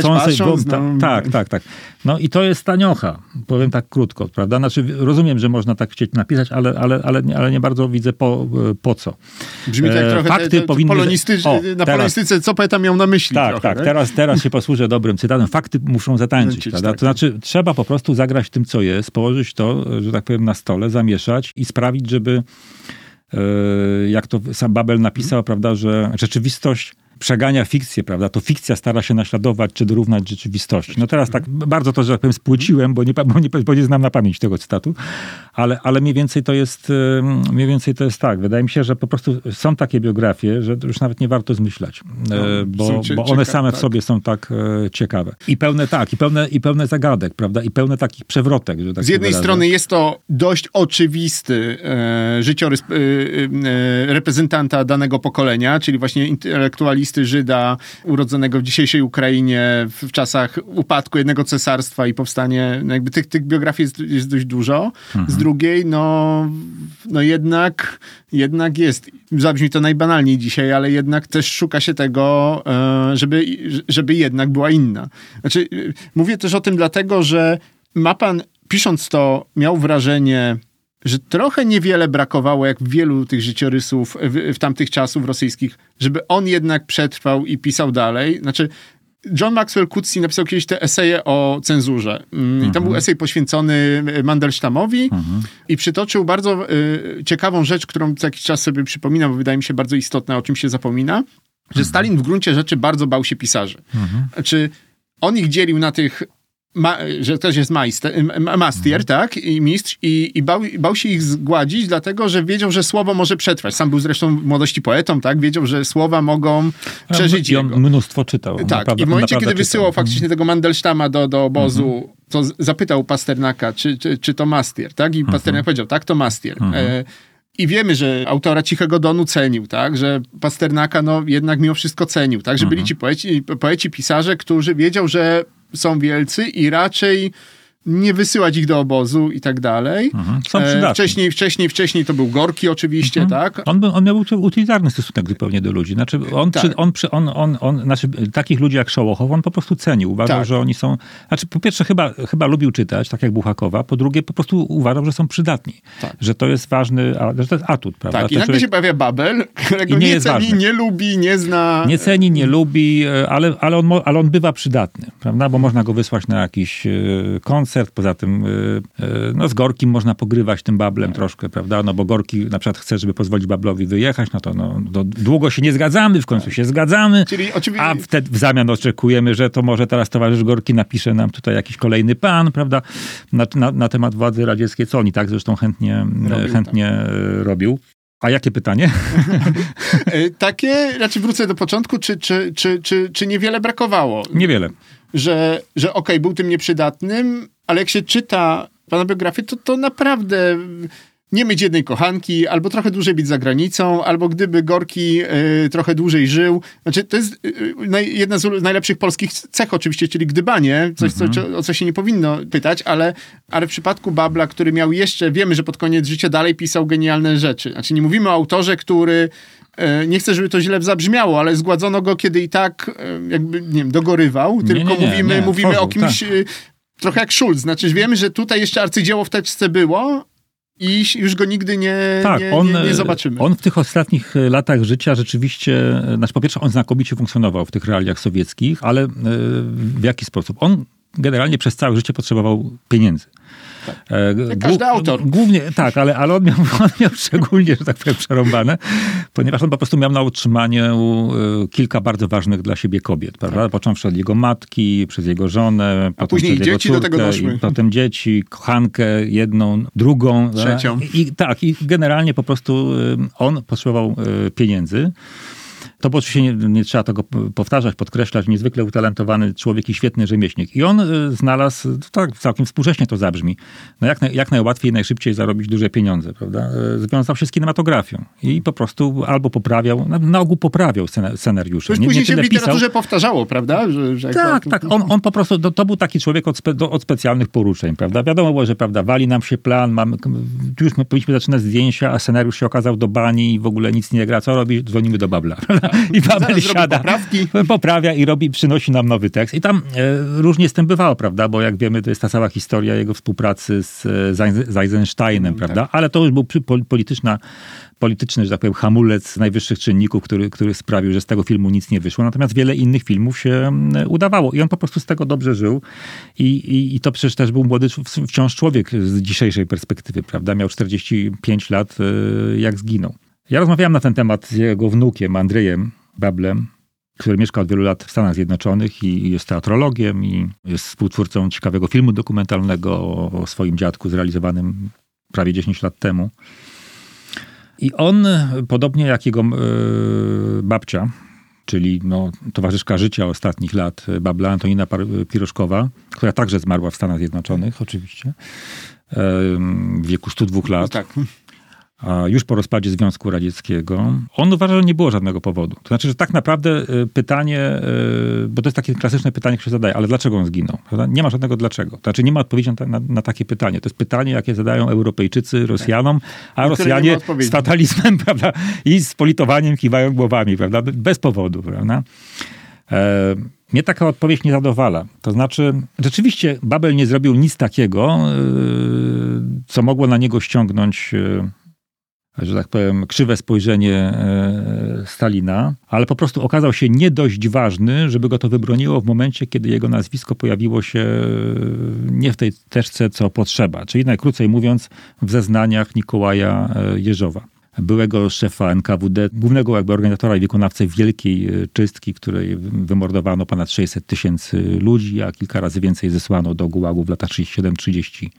[SPEAKER 4] Tak. No i to jest taniocha, powiem tak krótko, prawda? Znaczy rozumiem, że można tak chcieć napisać, ale nie bardzo widzę po co.
[SPEAKER 3] Brzmi tak trochę
[SPEAKER 4] fakty powinny...
[SPEAKER 3] polonistyce, co poeta miał na myśli.
[SPEAKER 4] Tak. Teraz się posłużę dobrym cytatem. Fakty muszą zatańczyć, prawda? To znaczy trzeba po prostu zagrać w tym, co jest, położyć to, że tak powiem, na stole, zamieszać i sprawić, żeby jak to sam Babel napisał, prawda, że rzeczywistość przegania fikcję, prawda? To fikcja stara się naśladować czy dorównać rzeczywistości. No teraz tak bardzo to, że tak powiem, spłyciłem, bo nie znam na pamięć tego cytatu, ale mniej więcej to jest tak. Wydaje mi się, że po prostu są takie biografie, że już nawet nie warto zmyślać, bo one same w sobie są tak ciekawe. I pełne zagadek, prawda? I pełne takich przewrotek, że tak
[SPEAKER 3] z jednej strony jest to dość oczywisty życiorys reprezentanta danego pokolenia, czyli właśnie intelektualisty Żyda urodzonego w dzisiejszej Ukrainie w czasach upadku jednego cesarstwa i powstanie, no jakby tych biografii jest dość dużo. Z drugiej, no jednak jest, zabrzmi to najbanalniej dzisiaj, ale jednak też szuka się tego, żeby jednak była inna. Znaczy, mówię też o tym dlatego, że ma pan, pisząc to, miał wrażenie, że trochę niewiele brakowało, jak wielu tych życiorysów w tamtych czasów rosyjskich, żeby on jednak przetrwał i pisał dalej. Znaczy, John Maxwell Coetzee napisał kiedyś te eseje o cenzurze. I tam był esej poświęcony Mandelsztamowi i przytoczył bardzo ciekawą rzecz, którą co jakiś czas sobie przypominam, bo wydaje mi się bardzo istotna, o czym się zapomina, że Stalin w gruncie rzeczy bardzo bał się pisarzy. Znaczy, on ich dzielił na tych że ktoś jest mastier, tak? I mistrz. I bał się ich zgładzić, dlatego, że wiedział, że słowo może przetrwać. Sam był zresztą w młodości poetą, tak? Wiedział, że słowa mogą przeżyć
[SPEAKER 4] I on mnóstwo czytał.
[SPEAKER 3] Tak. Naprawdę, i w momencie, kiedy wysyłał faktycznie tego Mandelsztama do obozu, to zapytał Pasternaka, czy to mastier, tak? I Pasternak powiedział, tak, to mastier. I wiemy, że autora Cichego Donu cenił, tak? Że Pasternaka jednak mimo wszystko cenił, tak? Że byli ci poeci, pisarze, którzy wiedział, że są wielcy i raczej nie wysyłać ich do obozu i tak dalej.
[SPEAKER 4] Są przydatni.
[SPEAKER 3] Wcześniej to był Gorki oczywiście, tak?
[SPEAKER 4] On miał utylitarny stosunek zupełnie do ludzi. Znaczy, takich ludzi jak Szołochow, on po prostu cenił. Uważał, że oni są... Znaczy, po pierwsze, chyba lubił czytać, tak jak Buchakowa. Po drugie, po prostu uważał, że są przydatni. Tak. Że to jest ważny, że to jest atut, prawda?
[SPEAKER 3] Tak, i nagle się pojawia Babel, którego nie ceni, nie lubi, nie zna.
[SPEAKER 4] Nie ceni, nie lubi, ale on bywa przydatny, prawda? Bo można go wysłać na jakiś koncert. Poza tym z Gorkim można pogrywać tym Bablem troszkę, prawda? No bo Gorki na przykład chce, żeby pozwolić Bablowi wyjechać, no to długo się nie zgadzamy, w końcu się zgadzamy,
[SPEAKER 3] czyli oczywiście...
[SPEAKER 4] a wtedy w zamian oczekujemy, że to może teraz towarzysz Gorki napisze nam tutaj jakiś kolejny pan, prawda? Na temat władzy radzieckiej, co oni tak zresztą chętnie robił. A jakie pytanie?
[SPEAKER 3] Takie, raczej wrócę do początku, czy niewiele brakowało?
[SPEAKER 4] Niewiele.
[SPEAKER 3] Że okej, był tym nieprzydatnym, ale jak się czyta pana biografię, to naprawdę nie mieć jednej kochanki, albo trochę dłużej być za granicą, albo gdyby Gorki trochę dłużej żył. Znaczy, to jest jedna z najlepszych polskich cech oczywiście, czyli gdybanie, coś, o co się nie powinno pytać, ale w przypadku Babla, który miał jeszcze, wiemy, że pod koniec życia dalej pisał genialne rzeczy. Znaczy, nie mówimy o autorze, który nie chcę, żeby to źle zabrzmiało, ale zgładzono go, kiedy i tak jakby, nie wiem, dogorywał, tylko mówimy o kimś trochę jak Schulz. Znaczy, wiemy, że tutaj jeszcze arcydzieło w teczce było i już go nigdy nie zobaczymy.
[SPEAKER 4] On w tych ostatnich latach życia rzeczywiście, znaczy po pierwsze on znakomicie funkcjonował w tych realiach sowieckich, ale w jaki sposób? On generalnie przez całe życie potrzebował pieniędzy.
[SPEAKER 3] Jak każdy autor.
[SPEAKER 4] Głównie, tak, ale on miał szczególnie, że tak powiem, przerąbane, ponieważ on po prostu miał na utrzymaniu kilka bardzo ważnych dla siebie kobiet, prawda? Tak. Począwszy od jego matki, przez jego żonę,
[SPEAKER 3] a później
[SPEAKER 4] przez
[SPEAKER 3] dzieci
[SPEAKER 4] jego córkę,
[SPEAKER 3] do tego doszły.
[SPEAKER 4] Potem dzieci, kochankę, jedną, drugą.
[SPEAKER 3] Trzecią.
[SPEAKER 4] I generalnie po prostu on potrzebował pieniędzy. To bo oczywiście nie trzeba tego powtarzać, podkreślać, niezwykle utalentowany człowiek i świetny rzemieślnik. I on znalazł, tak całkiem współcześnie to zabrzmi, jak najłatwiej, najszybciej zarobić duże pieniądze, prawda? Związał się z kinematografią i po prostu albo poprawiał, na ogół poprawiał scenariusze.
[SPEAKER 3] To już później się w literaturze powtarzało, prawda?
[SPEAKER 4] Tak. On po prostu, to był taki człowiek od specjalnych poruczeń, prawda? Wiadomo było, że prawda, wali nam się plan, już my powinniśmy zaczynać zdjęcia, a scenariusz się okazał do bani i w ogóle nic nie gra. Co robi? Dzwonimy do Babla, prawda? I Babel siada, poprawia i przynosi nam nowy tekst. I tam różnie z tym bywało, prawda? Bo jak wiemy, to jest ta cała historia jego współpracy z Eisensteinem, prawda? Tak. Ale to już był polityczny, że tak powiem, hamulec najwyższych czynników, który sprawił, że z tego filmu nic nie wyszło. Natomiast wiele innych filmów się udawało. I on po prostu z tego dobrze żył. I to przecież też był młody wciąż człowiek z dzisiejszej perspektywy, prawda? Miał 45 lat, jak zginął. Ja rozmawiałem na ten temat z jego wnukiem, Andrzejem Bablem, który mieszka od wielu lat w Stanach Zjednoczonych i jest teatrologiem i jest współtwórcą ciekawego filmu dokumentalnego o swoim dziadku zrealizowanym prawie 10 lat temu. I on, podobnie jak jego babcia, czyli towarzyszka życia ostatnich lat Babla, Antonina Piroszkowa, która także zmarła w Stanach Zjednoczonych oczywiście, w wieku 102 lat. Tak. Już po rozpadzie Związku Radzieckiego, on uważa, że nie było żadnego powodu. To znaczy, że tak naprawdę pytanie, bo to jest takie klasyczne pytanie, które się zadaje, ale dlaczego on zginął? Prawda? Nie ma żadnego dlaczego. To znaczy, nie ma odpowiedzi na takie pytanie. To jest pytanie, jakie zadają Europejczycy Rosjanom, a Rosjanie z fatalizmem, prawda, i z politowaniem kiwają głowami, prawda, bez powodu, prawda. Mnie taka odpowiedź nie zadowala. To znaczy, rzeczywiście Babel nie zrobił nic takiego, co mogło na niego ściągnąć, że tak powiem, krzywe spojrzenie Stalina, ale po prostu okazał się nie dość ważny, żeby go to wybroniło w momencie, kiedy jego nazwisko pojawiło się nie w tej teczce, co potrzeba. Czyli najkrócej mówiąc, w zeznaniach Nikołaja Jeżowa, byłego szefa NKWD, głównego jakby organizatora i wykonawcę wielkiej czystki, której wymordowano ponad 600 000 ludzi, a kilka razy więcej zesłano do gułagu w latach 37-38.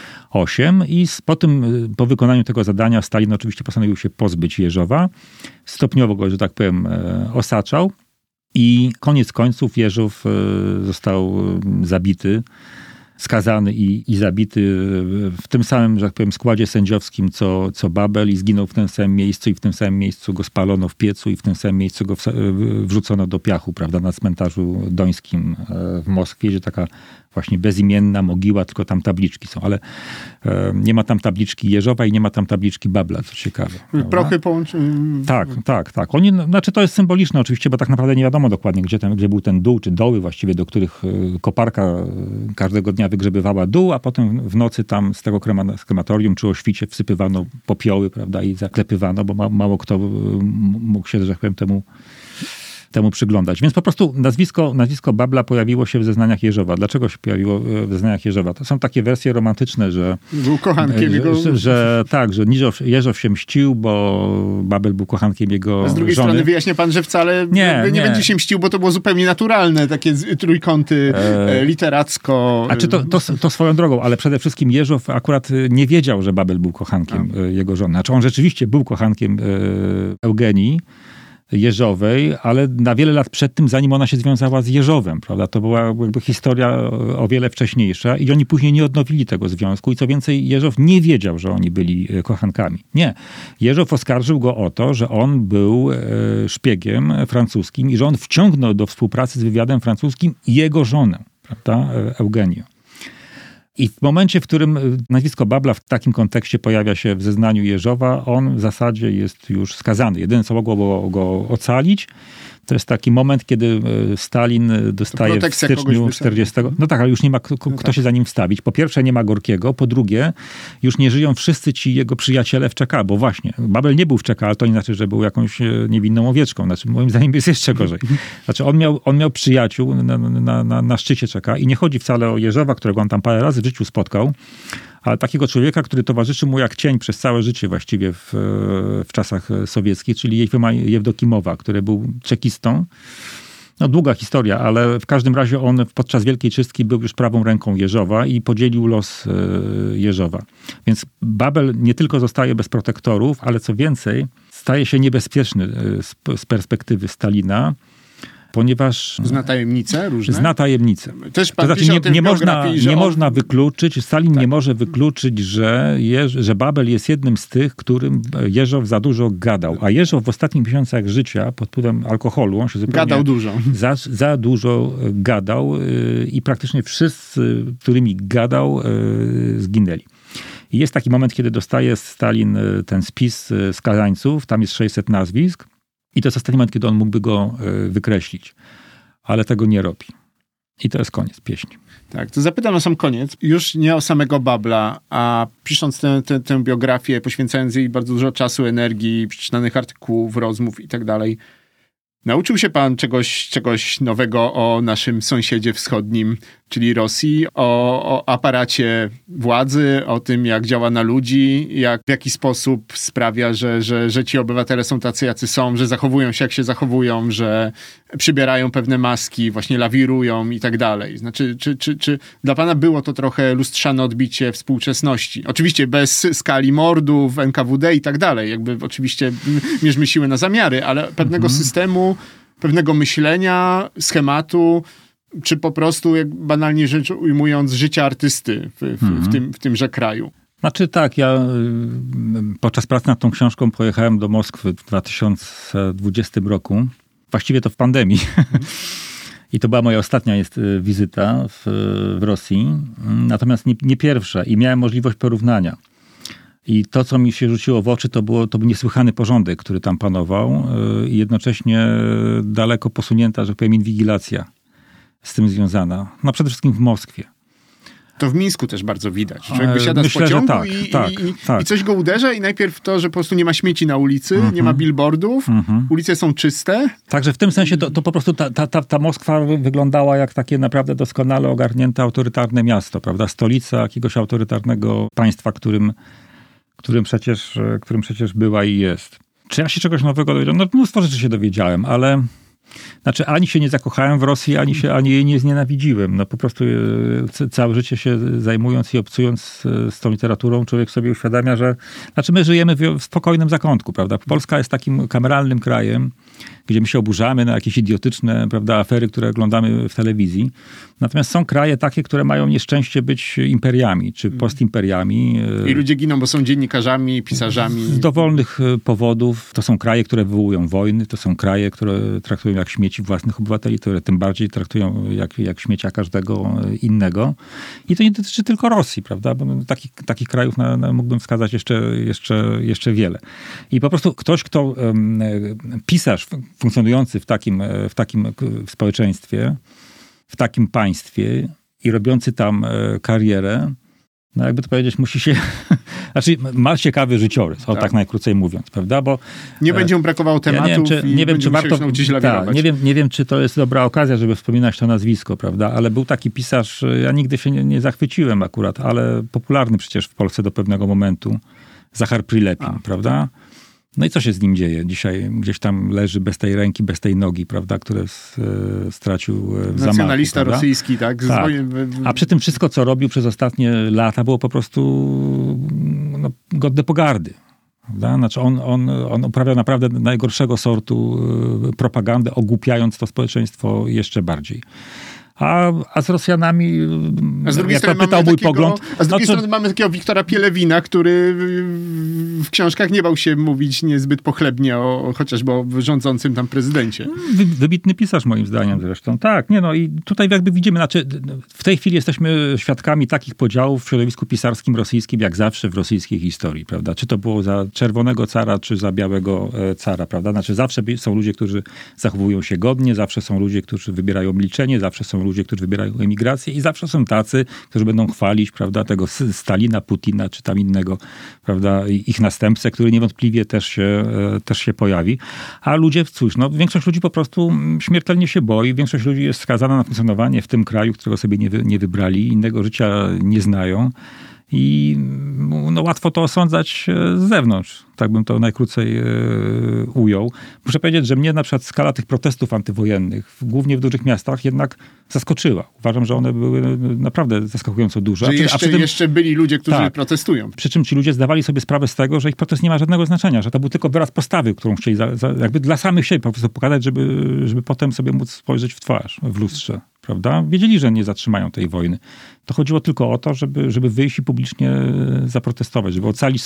[SPEAKER 4] I po wykonaniu tego zadania Stalin oczywiście postanowił się pozbyć Jeżowa. Stopniowo go, że tak powiem, osaczał i koniec końców Jeżów został zabity, skazany i zabity w tym samym, że tak powiem, składzie sędziowskim co Babel i zginął w tym samym miejscu i w tym samym miejscu go spalono w piecu i w tym samym miejscu go wrzucono do piachu, prawda, na cmentarzu dońskim w Moskwie, gdzie taka właśnie bezimienna mogiła, tylko tam tabliczki są, ale nie ma tam tabliczki Jeżowa i nie ma tam tabliczki Babla, co ciekawe.
[SPEAKER 3] Prochy połączone.
[SPEAKER 4] Tak. Oni, znaczy to jest symboliczne oczywiście, bo tak naprawdę nie wiadomo dokładnie, gdzie był ten dół, czy doły właściwie, do których koparka każdego dnia wygrzebywała dół, a potem w nocy tam z tego krematorium czy o świcie wsypywano popioły, prawda, i zaklepywano, bo mało kto mógł się, że tak powiem, temu przyglądać. Więc po prostu nazwisko Babla pojawiło się w zeznaniach Jeżowa. Dlaczego się pojawiło w zeznaniach Jeżowa? To są takie wersje romantyczne, że
[SPEAKER 3] był kochankiem jego...
[SPEAKER 4] że Jeżow się mścił, bo Babel był kochankiem jego żony.
[SPEAKER 3] Z drugiej strony wyjaśnia pan, że wcale nie będzie się mścił, bo to było zupełnie naturalne, takie trójkąty literacko...
[SPEAKER 4] A czy to swoją drogą, ale przede wszystkim Jeżow akurat nie wiedział, że Babel był kochankiem jego żony. Znaczy on rzeczywiście był kochankiem Eugenii Jeżowej, ale na wiele lat przed tym, zanim ona się związała z Jeżowem, prawda? To była jakby historia o wiele wcześniejsza i oni później nie odnowili tego związku i co więcej, Jeżow nie wiedział, że oni byli kochankami. Nie. Jeżow oskarżył go o to, że on był szpiegiem francuskim i że on wciągnął do współpracy z wywiadem francuskim jego żonę, prawda? Eugenię. I w momencie, w którym nazwisko Babla w takim kontekście pojawia się w zeznaniu Jeżowa, on w zasadzie jest już skazany. Jedyne, co mogło go ocalić, to jest taki moment, kiedy Stalin dostaje w styczniu 40... No tak, ale już nie ma kto się za nim wstawić. Po pierwsze, nie ma Gorkiego. Po drugie, już nie żyją wszyscy ci jego przyjaciele w CK, bo właśnie, Babel nie był w CK, ale to nie znaczy, że był jakąś niewinną owieczką. Znaczy, moim zdaniem jest jeszcze gorzej. Znaczy, on miał przyjaciół na szczycie CK i nie chodzi wcale o Jeżowa, którego on tam parę razy w życiu spotkał, ale takiego człowieka, który towarzyszy mu jak cień przez całe życie właściwie w czasach sowieckich, czyli Jefima Jewdokimowa, który był czekistą. No długa historia, ale w każdym razie on podczas Wielkiej Czystki był już prawą ręką Jeżowa i podzielił los Jeżowa. Więc Babel nie tylko zostaje bez protektorów, ale co więcej, staje się niebezpieczny z perspektywy Stalina, ponieważ...
[SPEAKER 3] Zna tajemnice różne?
[SPEAKER 4] Zna tajemnice.
[SPEAKER 3] Też pan
[SPEAKER 4] to znaczy nie
[SPEAKER 3] on...
[SPEAKER 4] można wykluczyć, Stalin nie może wykluczyć, że Babel jest jednym z tych, którym Jeżow za dużo gadał. A Jeżow w ostatnich miesiącach życia pod wpływem alkoholu, on się zupełnie...
[SPEAKER 3] Gadał dużo.
[SPEAKER 4] Za dużo gadał i praktycznie wszyscy, którymi gadał, zginęli. I jest taki moment, kiedy dostaje Stalin ten spis skazańców, tam jest 600 nazwisk, i to jest ostatni moment, kiedy on mógłby go wykreślić. Ale tego nie robi. I to jest koniec pieśni.
[SPEAKER 3] Tak, to zapytam na sam koniec, już nie o samego Babla, a pisząc tę biografię, poświęcając jej bardzo dużo czasu, energii, przeczytanych artykułów, rozmów i tak dalej, nauczył się pan czegoś nowego o naszym sąsiedzie wschodnim, czyli Rosji, o aparacie władzy, o tym, jak działa na ludzi, w jaki sposób sprawia, że ci obywatele są tacy, jacy są, że zachowują się, jak się zachowują, że przybierają pewne maski, właśnie lawirują i tak dalej. Znaczy, czy dla pana było to trochę lustrzane odbicie współczesności? Oczywiście bez skali mordów, NKWD i tak dalej. Jakby oczywiście mierzmy siły na zamiary, ale pewnego systemu, pewnego myślenia, schematu, czy po prostu, jak banalnie rzecz ujmując, życia artysty w tymże kraju.
[SPEAKER 4] Znaczy tak, ja podczas pracy nad tą książką pojechałem do Moskwy w 2020 roku. Właściwie to w pandemii. I to była moja ostatnia wizyta w Rosji. Natomiast nie pierwsza. I miałem możliwość porównania. I to, co mi się rzuciło w oczy, to był niesłychany porządek, który tam panował. I jednocześnie daleko posunięta, że powiem, inwigilacja z tym związana. No przede wszystkim w Moskwie.
[SPEAKER 3] To w Mińsku też bardzo widać. Człowiek wysiada z pociągu i coś go uderza i najpierw to, że po prostu nie ma śmieci na ulicy, nie ma billboardów, ulice są czyste.
[SPEAKER 4] Także w tym sensie to po prostu ta Moskwa wyglądała jak takie naprawdę doskonale ogarnięte autorytarne miasto, prawda? Stolica jakiegoś autorytarnego państwa, którym przecież była i jest. Czy ja się czegoś nowego dowiedziałem? No mnóstwo rzeczy się dowiedziałem, ale... Znaczy, ani się nie zakochałem w Rosji, ani jej nie znienawidziłem. No po prostu całe życie się zajmując i obcując z tą literaturą, człowiek sobie uświadamia, że... Znaczy, my żyjemy w spokojnym zakątku, prawda? Polska jest takim kameralnym krajem, gdzie my się oburzamy na jakieś idiotyczne, prawda, afery, które oglądamy w telewizji. Natomiast są kraje takie, które mają nieszczęście być imperiami, czy postimperiami.
[SPEAKER 3] I ludzie giną, bo są dziennikarzami, pisarzami.
[SPEAKER 4] Z dowolnych powodów. To są kraje, które wywołują wojny, to są kraje, które traktują jak śmieci własnych obywateli, które tym bardziej traktują jak śmiecia każdego innego. I to nie dotyczy tylko Rosji, prawda? Bo takich krajów mógłbym wskazać jeszcze wiele. I po prostu ktoś, kto pisarz funkcjonujący w takim społeczeństwie, w takim państwie i robiący tam karierę, no jakby to powiedzieć, musi się... Znaczy, ma ciekawy życiorys, tak najkrócej mówiąc, prawda? Bo
[SPEAKER 3] nie będzie mu brakowało tematów
[SPEAKER 4] nie wiem, czy warto
[SPEAKER 3] gdzieś lawirować.
[SPEAKER 4] Nie wiem, czy to jest dobra okazja, żeby wspominać to nazwisko, prawda? Ale był taki pisarz, ja nigdy się nie zachwyciłem akurat, ale popularny przecież w Polsce do pewnego momentu, Zachar Prilepin, prawda? No i co się z nim dzieje? Dzisiaj gdzieś tam leży bez tej ręki, bez tej nogi, prawda, które stracił w zamachu.
[SPEAKER 3] Nacjonalista rosyjski, tak?
[SPEAKER 4] A przy tym wszystko, co robił przez ostatnie lata, było po prostu godne pogardy. Prawda? Znaczy on uprawiał naprawdę najgorszego sortu propagandę, ogłupiając to społeczeństwo jeszcze bardziej. A z Rosjanami, jak pytał mój pogląd...
[SPEAKER 3] A z drugiej strony mamy takiego Wiktora Pielewina, który w książkach nie bał się mówić niezbyt pochlebnie chociażby o rządzącym tam prezydencie.
[SPEAKER 4] Wybitny pisarz moim zdaniem zresztą. Tak, i tutaj jakby widzimy, w tej chwili jesteśmy świadkami takich podziałów w środowisku pisarskim rosyjskim, jak zawsze w rosyjskiej historii, prawda? Czy to było za czerwonego cara, czy za białego cara, prawda? Znaczy zawsze są ludzie, którzy zachowują się godnie, zawsze są ludzie, którzy wybierają milczenie, zawsze są ludzie, którzy wybierają emigrację i zawsze są tacy, którzy będą chwalić, prawda, tego Stalina, Putina, czy tam innego, prawda, ich następcę, który niewątpliwie też się pojawi. A ludzie, cóż, większość ludzi po prostu śmiertelnie się boi, większość ludzi jest skazana na funkcjonowanie w tym kraju, którego sobie nie wybrali, innego życia nie znają. I łatwo to osądzać z zewnątrz. Tak bym to najkrócej ujął. Muszę powiedzieć, że mnie na przykład skala tych protestów antywojennych, głównie w dużych miastach, jednak zaskoczyła. Uważam, że one były naprawdę zaskakująco duże.
[SPEAKER 3] Że jeszcze byli ludzie, którzy protestują.
[SPEAKER 4] Przy czym ci ludzie zdawali sobie sprawę z tego, że ich protest nie ma żadnego znaczenia, że to był tylko wyraz postawy, którą chcieli jakby dla samych siebie po prostu pokazać, żeby potem sobie móc spojrzeć w twarz, w lustrze. Prawda? Wiedzieli, że nie zatrzymają tej wojny. To chodziło tylko o to, żeby wyjść i publicznie zaprotestować, żeby ocalić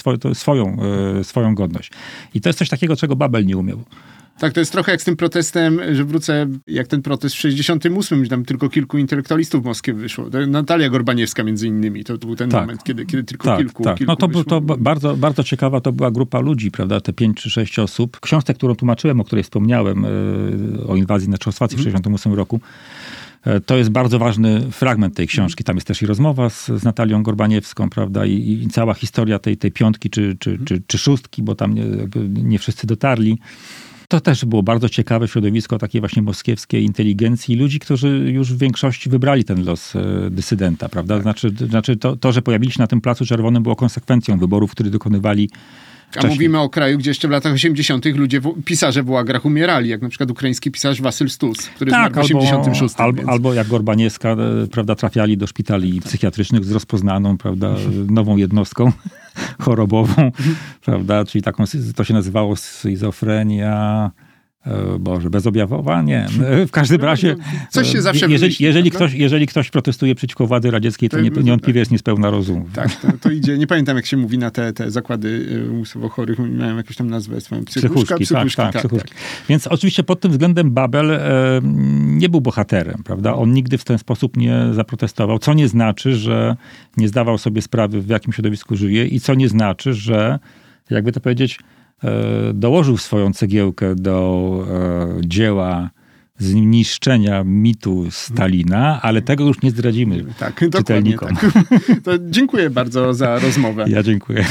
[SPEAKER 4] swoją godność. I to jest coś takiego, czego Babel nie umiał.
[SPEAKER 3] Tak, to jest trochę jak z tym protestem, że wrócę, jak ten protest w 68, gdzie tam tylko kilku intelektualistów w Moskwie wyszło. Natalia Gorbaniewska między innymi, to był ten moment, kiedy tylko kilku wyszło.
[SPEAKER 4] To bardzo, bardzo ciekawa to była grupa ludzi, prawda, te 5 czy 6 osób. W książce, którą tłumaczyłem, o której wspomniałem, o inwazji na Czechosłowację w 68 roku, to jest bardzo ważny fragment tej książki. Tam jest też i rozmowa z Natalią Gorbaniewską, prawda, i cała historia tej piątki czy szóstki, bo tam nie wszyscy dotarli. To też było bardzo ciekawe środowisko takiej właśnie moskiewskiej inteligencji, ludzi, którzy już w większości wybrali ten los dysydenta, prawda? Znaczy to, że pojawili się na tym Placu Czerwonym, było konsekwencją wyborów, które dokonywali
[SPEAKER 3] wcześniej. A mówimy o kraju, gdzie jeszcze w latach 80. pisarze w łagrach umierali, jak na przykład ukraiński pisarz Wasyl Stus, który zmarł w 86.
[SPEAKER 4] Albo jak Gorbaniewska, prawda, trafiali do szpitali psychiatrycznych z rozpoznaną, prawda, nową jednostką chorobową, prawda, czyli taką, to się nazywało schizofrenia, bezobjawowa? Nie. W każdym razie,
[SPEAKER 3] coś się zawsze
[SPEAKER 4] jeżeli ktoś protestuje przeciwko władzy radzieckiej, to niewątpliwie jest niespełna rozumu.
[SPEAKER 3] Tak, to idzie. Nie pamiętam, jak się mówi na te zakłady umysłowo chorych. Miałem jakąś tam nazwę swoją. Psychuszki. Tak.
[SPEAKER 4] Więc oczywiście pod tym względem Babel nie był bohaterem, prawda? On nigdy w ten sposób nie zaprotestował, co nie znaczy, że nie zdawał sobie sprawy, w jakim środowisku żyje i co nie znaczy, że, jakby to powiedzieć, dołożył swoją cegiełkę do dzieła zniszczenia mitu Stalina, ale tego już nie zdradzimy czytelnikom.
[SPEAKER 3] Tak. To dziękuję bardzo za rozmowę.
[SPEAKER 4] Ja dziękuję.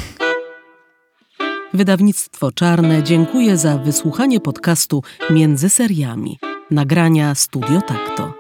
[SPEAKER 1] Wydawnictwo Czarne dziękuję za wysłuchanie podcastu Między seriami. Nagrania Studio Takto.